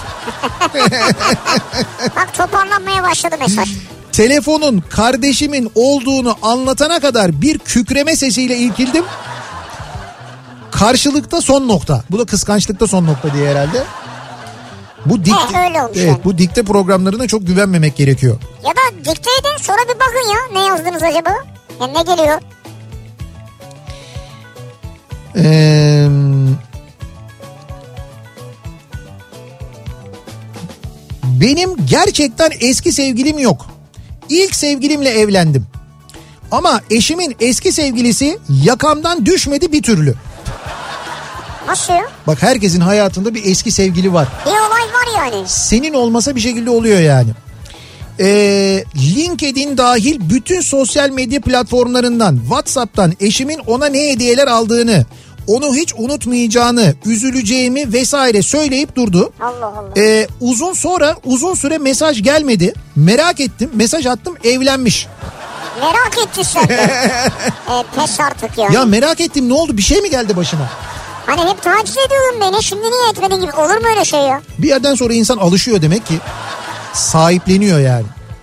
Bak toparlanmaya başladı mesaj. Telefonun kardeşimin olduğunu anlatana kadar bir kükreme sesiyle irkildim. Karşılıkta son nokta. Bu da kıskançlıkta son nokta diye herhalde. Bu dikte, eh, öyle olmuş evet, yani. Bu dikte programlarına çok güvenmemek gerekiyor. Ya da dikteye de sonra bir bakın ya, ne yazdınız acaba? Ya ne geliyor? Eee... Benim gerçekten eski sevgilim yok. İlk sevgilimle evlendim. Ama eşimin eski sevgilisi yakamdan düşmedi bir türlü. Nasıl ya? Bak, herkesin hayatında bir eski sevgili var. Bir olay var yani. Senin olmasa bir şekilde oluyor yani. Ee, LinkedIn dahil bütün sosyal medya platformlarından, WhatsApp'tan eşimin ona ne hediyeler aldığını, onu hiç unutmayacağını, üzüleceğimi vesaire söyleyip durdu. Allah Allah. Ee, uzun sonra uzun süre mesaj gelmedi. Merak ettim, mesaj attım, evlenmiş. Merak ettin sen de. e, pes artık yani. Ya merak ettim, ne oldu, bir şey mi geldi başıma? Hani hep taciz ediyordun beni, şimdi niye etmedin gibi, olur mu öyle şey ya? Bir yerden sonra insan alışıyor demek ki. Sahipleniyor yani.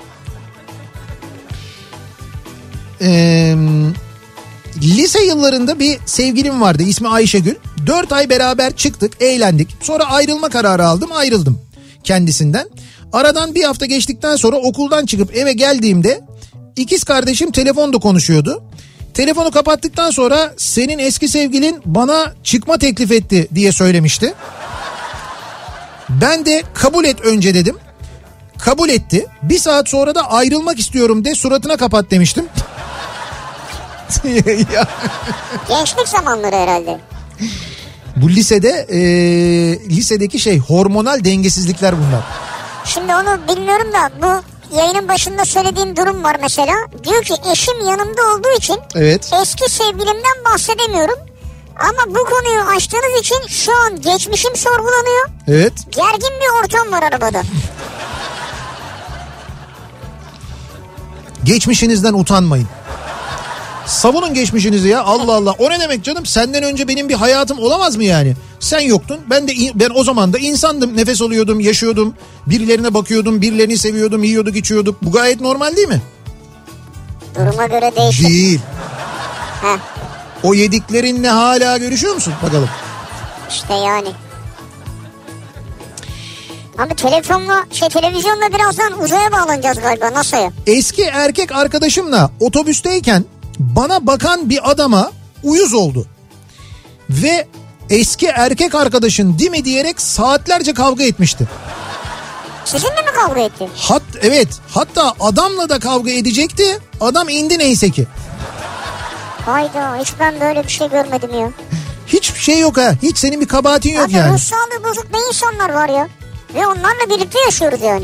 Eee... Lise yıllarında bir sevgilim vardı, ismi Ayşegül. Dört ay beraber çıktık, eğlendik. Sonra ayrılma kararı aldım, ayrıldım kendisinden. Aradan bir hafta geçtikten sonra okuldan çıkıp eve geldiğimde ikiz kardeşim telefonda konuşuyordu. Telefonu kapattıktan sonra senin eski sevgilin bana çıkma teklif etti diye söylemişti. Ben de kabul et önce dedim. Kabul etti. Bir saat sonra da ayrılmak istiyorum de suratına kapat demiştim. Ya. Gençlik zamanları herhalde. Bu lisede e, lisedeki şey hormonal dengesizlikler bunlar. Şimdi onu bilmiyorum da bu yayının başında söylediğim durum var mesela. Diyor ki eşim yanımda olduğu için evet. Eski sevgilimden bahsedemiyorum. Ama bu konuyu açtığınız için şu an geçmişim sorgulanıyor. Evet. Gergin bir ortam var arabada. Geçmişinizden utanmayın. Savunun geçmişinizi ya, Allah Allah. O ne demek canım? Senden önce benim bir hayatım olamaz mı yani? Sen yoktun. Ben de ben o zaman da insandım. Nefes alıyordum, yaşıyordum. Birilerine bakıyordum, birilerini seviyordum, yiyorduk, içiyorduk. Bu gayet normal değil mi? Duruma göre değişir. Değil. Heh. O yediklerinle hala görüşüyor musun? Bakalım. İşte yani. Abi telefonla şey televizyonla birazdan uzaya bağlanacağız galiba, NASA'ya. Eski erkek arkadaşımla otobüsteyken bana bakan bir adama uyuz oldu. Ve eski erkek arkadaşın değil mi diyerek saatlerce kavga etmişti. Sizinle mi kavga etti? Hat, evet, hatta adamla da kavga edecekti. Adam indi neyse ki. Hayda, hiç ben böyle bir şey görmedim ya. Hiçbir şey yok ha. Hiç senin bir kabahatin yok abi, yani. Abi ruh sağlığı bozuk ne insanlar var ya. Ve onlarla birlikte yaşıyoruz yani.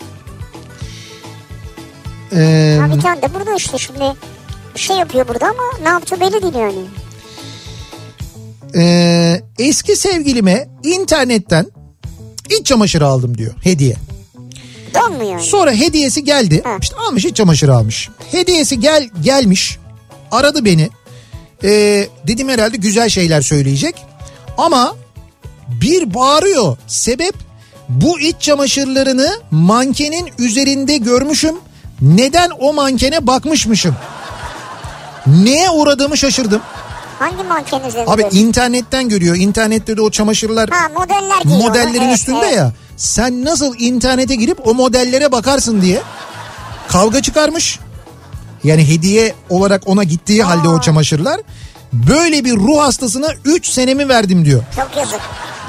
Ee... Ha bir tane de burada işte şimdi bir şey yapıyor burada ama ne yaptığı belli değil yani. Ee, eski sevgilime internetten iç çamaşırı aldım diyor, hediye. Don mu yani? Sonra hediyesi geldi. Ha. İşte almış, iç çamaşırı almış. Hediyesi gel gelmiş. Aradı beni. Ee, dedim herhalde güzel şeyler söyleyecek. Ama bir bağırıyor. Sebep, bu iç çamaşırlarını mankenin üzerinde görmüşüm. Neden o mankene bakmışmışım? Neye uğradığımı şaşırdım. Hangi manken üzerinde? Abi internetten görüyor. İnternette de o çamaşırlar ha, modeller giyiyor. modellerin evet, üstünde evet. ya. Sen nasıl internete girip o modellere bakarsın diye kavga çıkarmış. Yani hediye olarak ona gittiği Aa. halde o çamaşırlar. Böyle bir ruh hastasına üç senemi verdim diyor. Çok yazık.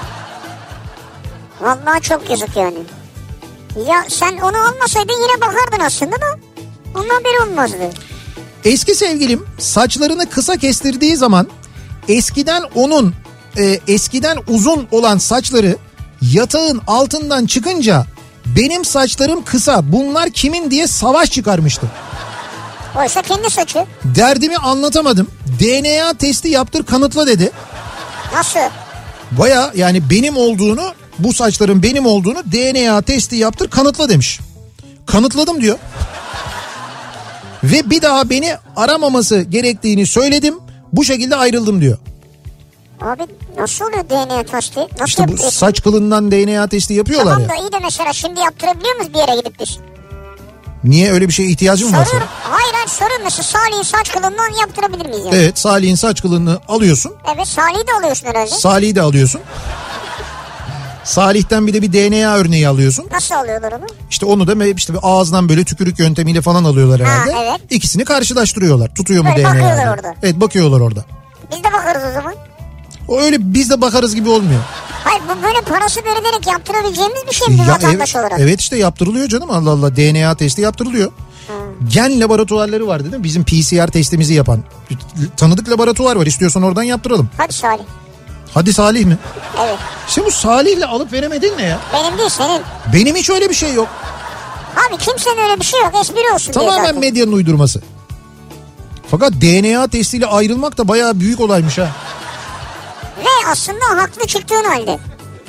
Vallahi çok yazık yani. Ya sen onu almasaydın yine bakardın aslında da ondan haberi olmazdı. Eski sevgilim saçlarını kısa kestirdiği zaman eskiden onun e, eskiden uzun olan saçları yatağın altından çıkınca benim saçlarım kısa, bunlar kimin diye savaş çıkarmıştı. Oysa kendi saçı. Derdimi anlatamadım. D N A testi yaptır kanıtla dedi. Nasıl? Baya yani benim olduğunu, bu saçların benim olduğunu D N A testi yaptır kanıtla demiş. Kanıtladım diyor. Ve bir daha beni aramaması gerektiğini söyledim. Bu şekilde ayrıldım diyor. Abi nasıl oluyor D N A testi? Nasıl işte bu yapıyorsun? saç kılından D N A testi yapıyorlar tamam ya. Tamam da iyi de mesela şimdi yaptırabiliyor muyuz bir yere gidip biz? Niye, öyle bir şeye ihtiyacın mı var senin? Hayır hayır soruyorum, mesela Salih'in saç kılından yaptırabilir miyiz yani? Evet, Salih'in saç kılını alıyorsun. Evet, Salih'i de alıyorsun herhalde. Salih'i de alıyorsun. Salih'ten bir de bir D N A örneği alıyorsun. Nasıl alıyorlar onu? İşte onu da işte bir ağızdan böyle tükürük yöntemiyle falan alıyorlar herhalde. Ha, evet. İkisini karşılaştırıyorlar. Tutuyor mu böyle D N A'yı? Bakıyorlar orada. Evet, bakıyorlar orada. Biz de bakarız o zaman. O öyle biz de bakarız gibi olmuyor. Hayır, bu böyle parası verilerek yaptırabileceğimiz bir şey mi ya vatandaş evet, olarak? Evet işte yaptırılıyor canım, Allah Allah, D N A testi yaptırılıyor. Hmm. Gen laboratuvarları var dedim. Bizim P C R testimizi yapan. Tanıdık laboratuvar var, istiyorsan oradan yaptıralım. Hadi Salih. Hadi Salih mi? Evet. Sen bu Salih'le alıp veremedin ne ya? Benim değil, senin. Benim hiç öyle bir şey yok. Abi kimsenin öyle bir şey yok, espri olsun diye Tamamen zaten. medyanın uydurması. Fakat D N A testiyle ayrılmak da bayağı büyük olaymış ha. Ve aslında haklı çıktığın halde.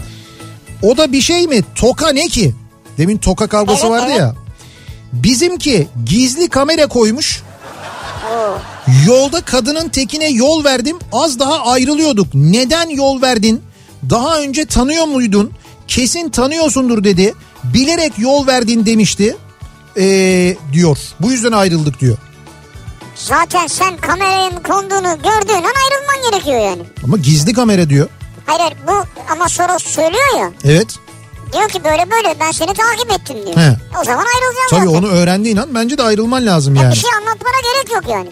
O da bir şey mi? Toka ne ki? Demin toka kavgası evet, vardı evet. ya. Bizimki gizli kamera koymuş. Oo. Yolda kadının tekine yol verdim. Az daha ayrılıyorduk. Neden yol verdin? Daha önce tanıyor muydun? Kesin tanıyorsundur dedi. Bilerek yol verdin demişti. Ee, diyor. Bu yüzden ayrıldık diyor. Zaten sen kameranın konduğunu gördüğün an ayrılman gerekiyor yani. Ama gizli kamera diyor. Hayır hayır, bu ama Soros söylüyor ya. Evet. Diyor ki böyle böyle ben seni takip ettim diyor. He. O zaman ayrılacaksın Tabii zaten. onu öğrendiğin an bence de ayrılman lazım ya yani. Bir şey anlatmana gerek yok yani.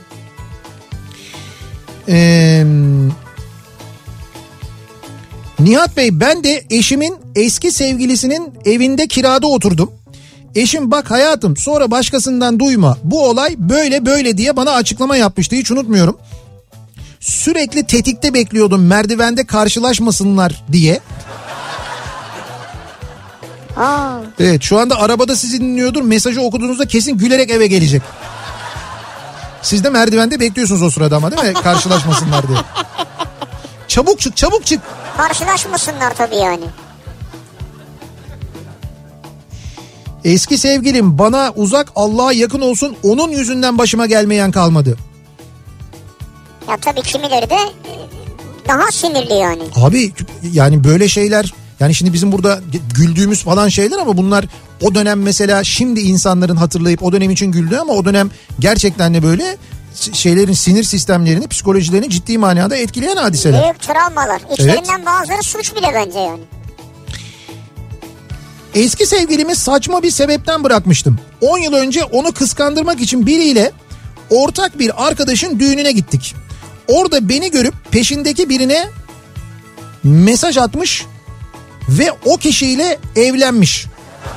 Ee, Nihat Bey, ben de eşimin eski sevgilisinin evinde kirada oturdum. Eşim bak hayatım sonra başkasından duyma, bu olay böyle böyle diye bana açıklama yapmıştı, hiç unutmuyorum. Sürekli tetikte bekliyordum merdivende karşılaşmasınlar diye. Aa. Evet, şu anda arabada sizi dinliyordur, mesajı okuduğunuzda kesin gülerek eve gelecek. Siz de merdivende bekliyorsunuz o sırada ama değil mi, karşılaşmasınlar diye. Çabuk çık çabuk çık. Karşılaşmasınlar tabii yani. Eski sevgilim bana uzak, Allah'a yakın olsun, onun yüzünden başıma gelmeyen kalmadı. Ya tabii kimileri de daha sinirli yani. Abi yani böyle şeyler, yani şimdi bizim burada güldüğümüz falan şeyler ama bunlar o dönem mesela, şimdi insanların hatırlayıp o dönem için güldüğü ama o dönem gerçekten de böyle şeylerin sinir sistemlerini, psikolojilerini ciddi manada etkileyen hadiseler. Büyük travmalar. İçlerinden evet. Bazıları suç bile bence yani. Eski sevgilimi saçma bir sebepten bırakmıştım. on yıl önce onu kıskandırmak için biriyle ortak bir arkadaşın düğününe gittik. Orada beni görüp peşindeki birine mesaj atmış ve o kişiyle evlenmiş.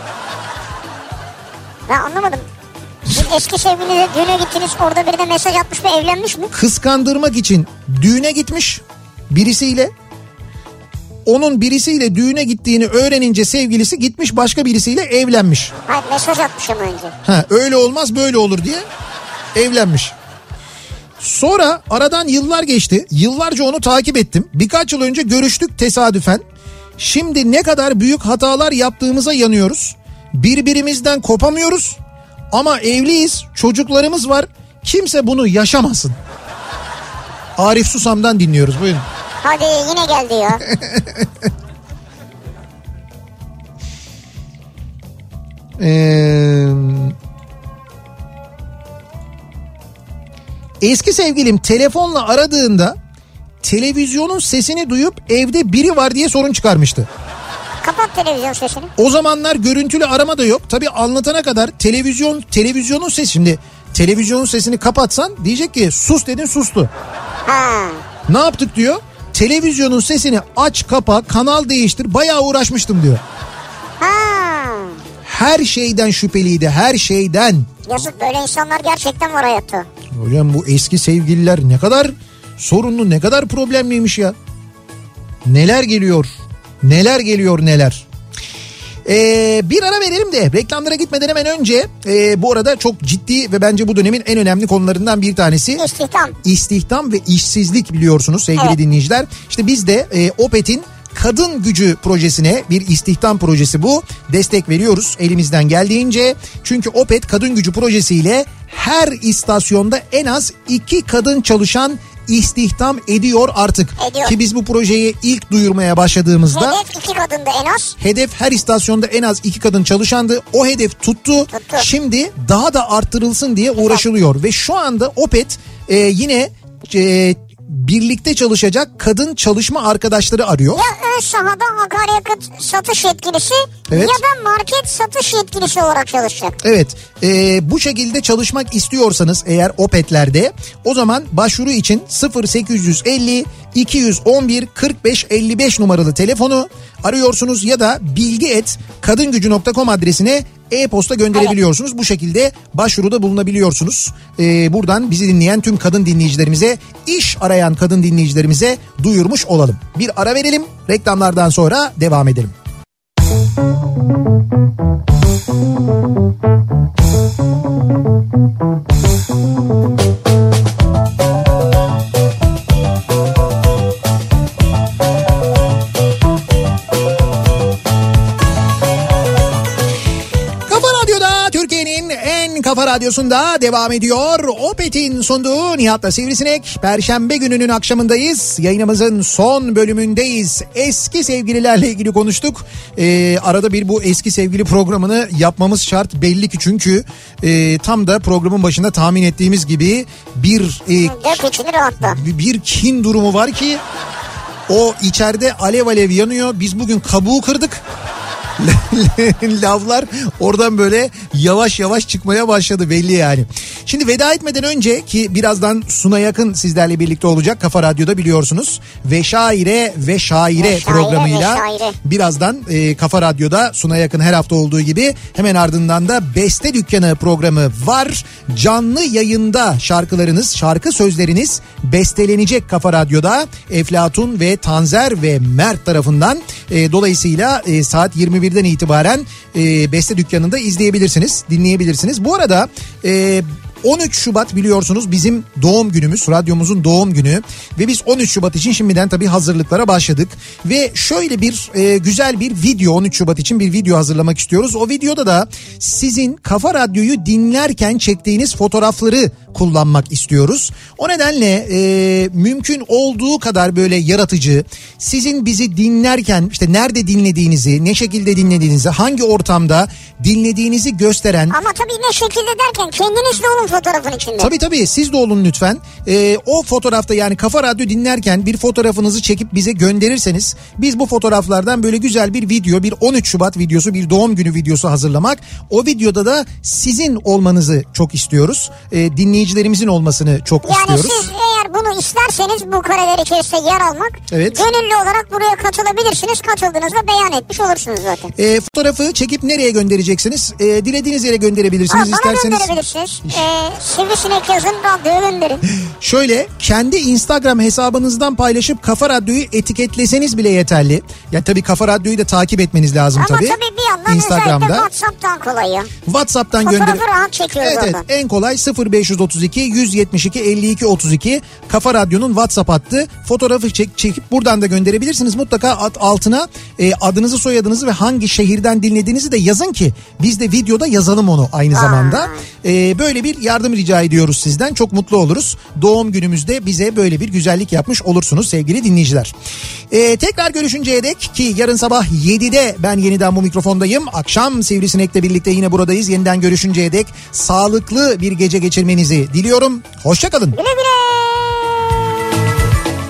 Ben anlamadım. Siz eski sevgiliyle düğüne gittiniz, orada birine mesaj atmış ve evlenmiş mi? Kıskandırmak için düğüne gitmiş birisiyle. Onun birisiyle düğüne gittiğini öğrenince sevgilisi gitmiş başka birisiyle evlenmiş. Hayır, mesaj atmış ama önce. Ha, öyle olmaz böyle olur diye evlenmiş. Sonra aradan yıllar geçti. Yıllarca onu takip ettim. Birkaç yıl önce görüştük tesadüfen. Şimdi ne kadar büyük hatalar yaptığımıza yanıyoruz. Birbirimizden kopamıyoruz. Ama evliyiz, çocuklarımız var. Kimse bunu yaşamasın. Arif Susam'dan dinliyoruz. Buyurun. Hadi yine geldi ya. Eee... Eski sevgilim telefonla aradığında televizyonun sesini duyup evde biri var diye sorun çıkarmıştı. Kapat televizyon sesini. O zamanlar görüntülü arama da yok. Tabii anlatana kadar televizyon televizyonun sesi, şimdi televizyonun sesini kapatsan diyecek ki sus dedin, sustu. Ha. Ne yaptık diyor. Televizyonun sesini aç kapa, kanal değiştir, bayağı uğraşmıştım diyor. Ha. Her şeyden şüpheliydi, her şeyden. Yazık, böyle insanlar gerçekten var hayatta. Hocam bu eski sevgililer ne kadar sorunlu, ne kadar problemliymiş ya. Neler geliyor, neler geliyor neler. Ee, bir ara verelim de reklamlara gitmeden hemen önce e, bu arada çok ciddi ve bence bu dönemin en önemli konularından bir tanesi. İstihdam. İstihdam ve işsizlik, biliyorsunuz sevgili evet. dinleyiciler. İşte biz de e, Opet'in Kadın Gücü projesine, bir istihdam projesi bu, destek veriyoruz elimizden geldiğince. Çünkü Opet Kadın Gücü projesiyle her istasyonda en az iki kadın çalışan istihdam ediyor artık. Ediyor. Ki biz bu projeyi ilk duyurmaya başladığımızda hedef iki kadındı en az. Hedef her istasyonda en az iki kadın çalışandı. O hedef tuttu. tuttu. Şimdi daha da arttırılsın diye uğraşılıyor. Evet. Ve şu anda Opet e, yine e, birlikte çalışacak kadın çalışma arkadaşları arıyor. Ya ön sahada akaryakıt satış yetkilisi evet. ya da market satış yetkilisi olarak çalışacak. Evet, e, bu şekilde çalışmak istiyorsanız eğer Opet'lerde, o zaman başvuru için sıfır sekiz elli iki on bir kırk beş elli beş numaralı telefonu arıyorsunuz ya da bilgi et kadingücü nokta com adresine e-posta gönderebiliyorsunuz. Evet. Bu şekilde başvuruda bulunabiliyorsunuz. Ee, buradan bizi dinleyen tüm kadın dinleyicilerimize, iş arayan kadın dinleyicilerimize duyurmuş olalım. Bir ara verelim, reklamlardan sonra devam edelim. Kafa Radyosu'nda devam ediyor. Opet'in sunduğu Nihat'la Sivrisinek. Perşembe gününün akşamındayız. Yayınımızın son bölümündeyiz. Eski sevgililerle ilgili konuştuk. Ee, arada bir bu eski sevgili programını yapmamız şart belli ki, çünkü e, tam da programın başında tahmin ettiğimiz gibi bir e, bir kin durumu var ki o içeride alev alev yanıyor. Biz bugün kabuğu kırdık. Lavlar oradan böyle yavaş yavaş çıkmaya başladı belli yani. Şimdi veda etmeden önce, ki birazdan Suna Yakın sizlerle birlikte olacak Kafa Radyo'da biliyorsunuz. Ve Şaire ve Şaire, ve programıyla ve şaire. Birazdan e, Kafa Radyo'da Suna Yakın her hafta olduğu gibi hemen ardından da Beste Dükkanı programı var. Canlı yayında şarkılarınız, şarkı sözleriniz bestelenecek Kafa Radyo'da. Eflatun ve Tanzer ve Mert tarafından. E, dolayısıyla e, saat yirmi birden itibaren e, Beste Dükkanı'nda izleyebilirsiniz, dinleyebilirsiniz. Bu arada e, on üç Şubat biliyorsunuz bizim doğum günümüz, radyomuzun doğum günü ve biz on üç Şubat için şimdiden tabii hazırlıklara başladık ve şöyle bir e, güzel bir video, on üç Şubat için bir video hazırlamak istiyoruz. O videoda da sizin Kafa Radyo'yu dinlerken çektiğiniz fotoğrafları kullanmak istiyoruz. O nedenle e, mümkün olduğu kadar böyle yaratıcı, sizin bizi dinlerken işte nerede dinlediğinizi, ne şekilde dinlediğinizi, hangi ortamda dinlediğinizi gösteren. Ama tabii ne şekilde derken kendiniz de olun fotoğrafın içinde? Tabii tabii siz de olun lütfen. Ee, o fotoğrafta yani Kafa Radyo dinlerken bir fotoğrafınızı çekip bize gönderirseniz biz bu fotoğraflardan böyle güzel bir video, bir on üç Şubat videosu, bir doğum günü videosu hazırlamak. O videoda da sizin olmanızı çok istiyoruz. Ee, dinleyicilerimizin olmasını çok yani istiyoruz. Yani siz eğer bunu isterseniz bu kareler içerisinde yer almak, evet. Gönüllü olarak buraya katılabilirsiniz. Katıldığınızda beyan etmiş olursunuz zaten. Ee, fotoğrafı çekip nereye göndereceksiniz? Ee, dilediğiniz yere gönderebilirsiniz. Aa, bana İsterseniz... gönderebilirsiniz. Ee, sivrisinek yazın, radyoya gönderin. Şöyle kendi Instagram hesabınızdan paylaşıp Kafa Radyo'yu etiketleseniz bile yeterli. Yani tabii Kafa Radyo'yu da takip etmeniz lazım Ama tabii. Ama tabii bir yandan Instagram'da. özellikle WhatsApp'tan kolay ya. WhatsApp'tan gönder. Fotoğrafı rahat çekiyoruz evet, oradan. Evet, en kolay sıfır beş otuz iki yüz yetmiş iki elli iki otuz iki Kafa Radyo'nun WhatsApp hattı. Fotoğrafı çek, çekip buradan da gönderebilirsiniz. Mutlaka at, altına e, adınızı, soyadınızı ve hangi şehirden dinlediğinizi de yazın ki biz de videoda yazalım onu aynı Aa. zamanda. E, böyle bir yardım rica ediyoruz sizden. Çok mutlu oluruz. Doğum günümüzde bize böyle bir güzellik yapmış olursunuz sevgili dinleyiciler. E, tekrar görüşünceye dek ki yarın sabah yedide ben yeniden bu mikrofondayım. Akşam Sivrisinek'le birlikte yine buradayız. Yeniden görüşünceye dek sağlıklı bir gece geçirmenizi diliyorum. Hoşça kalın. Güle güle.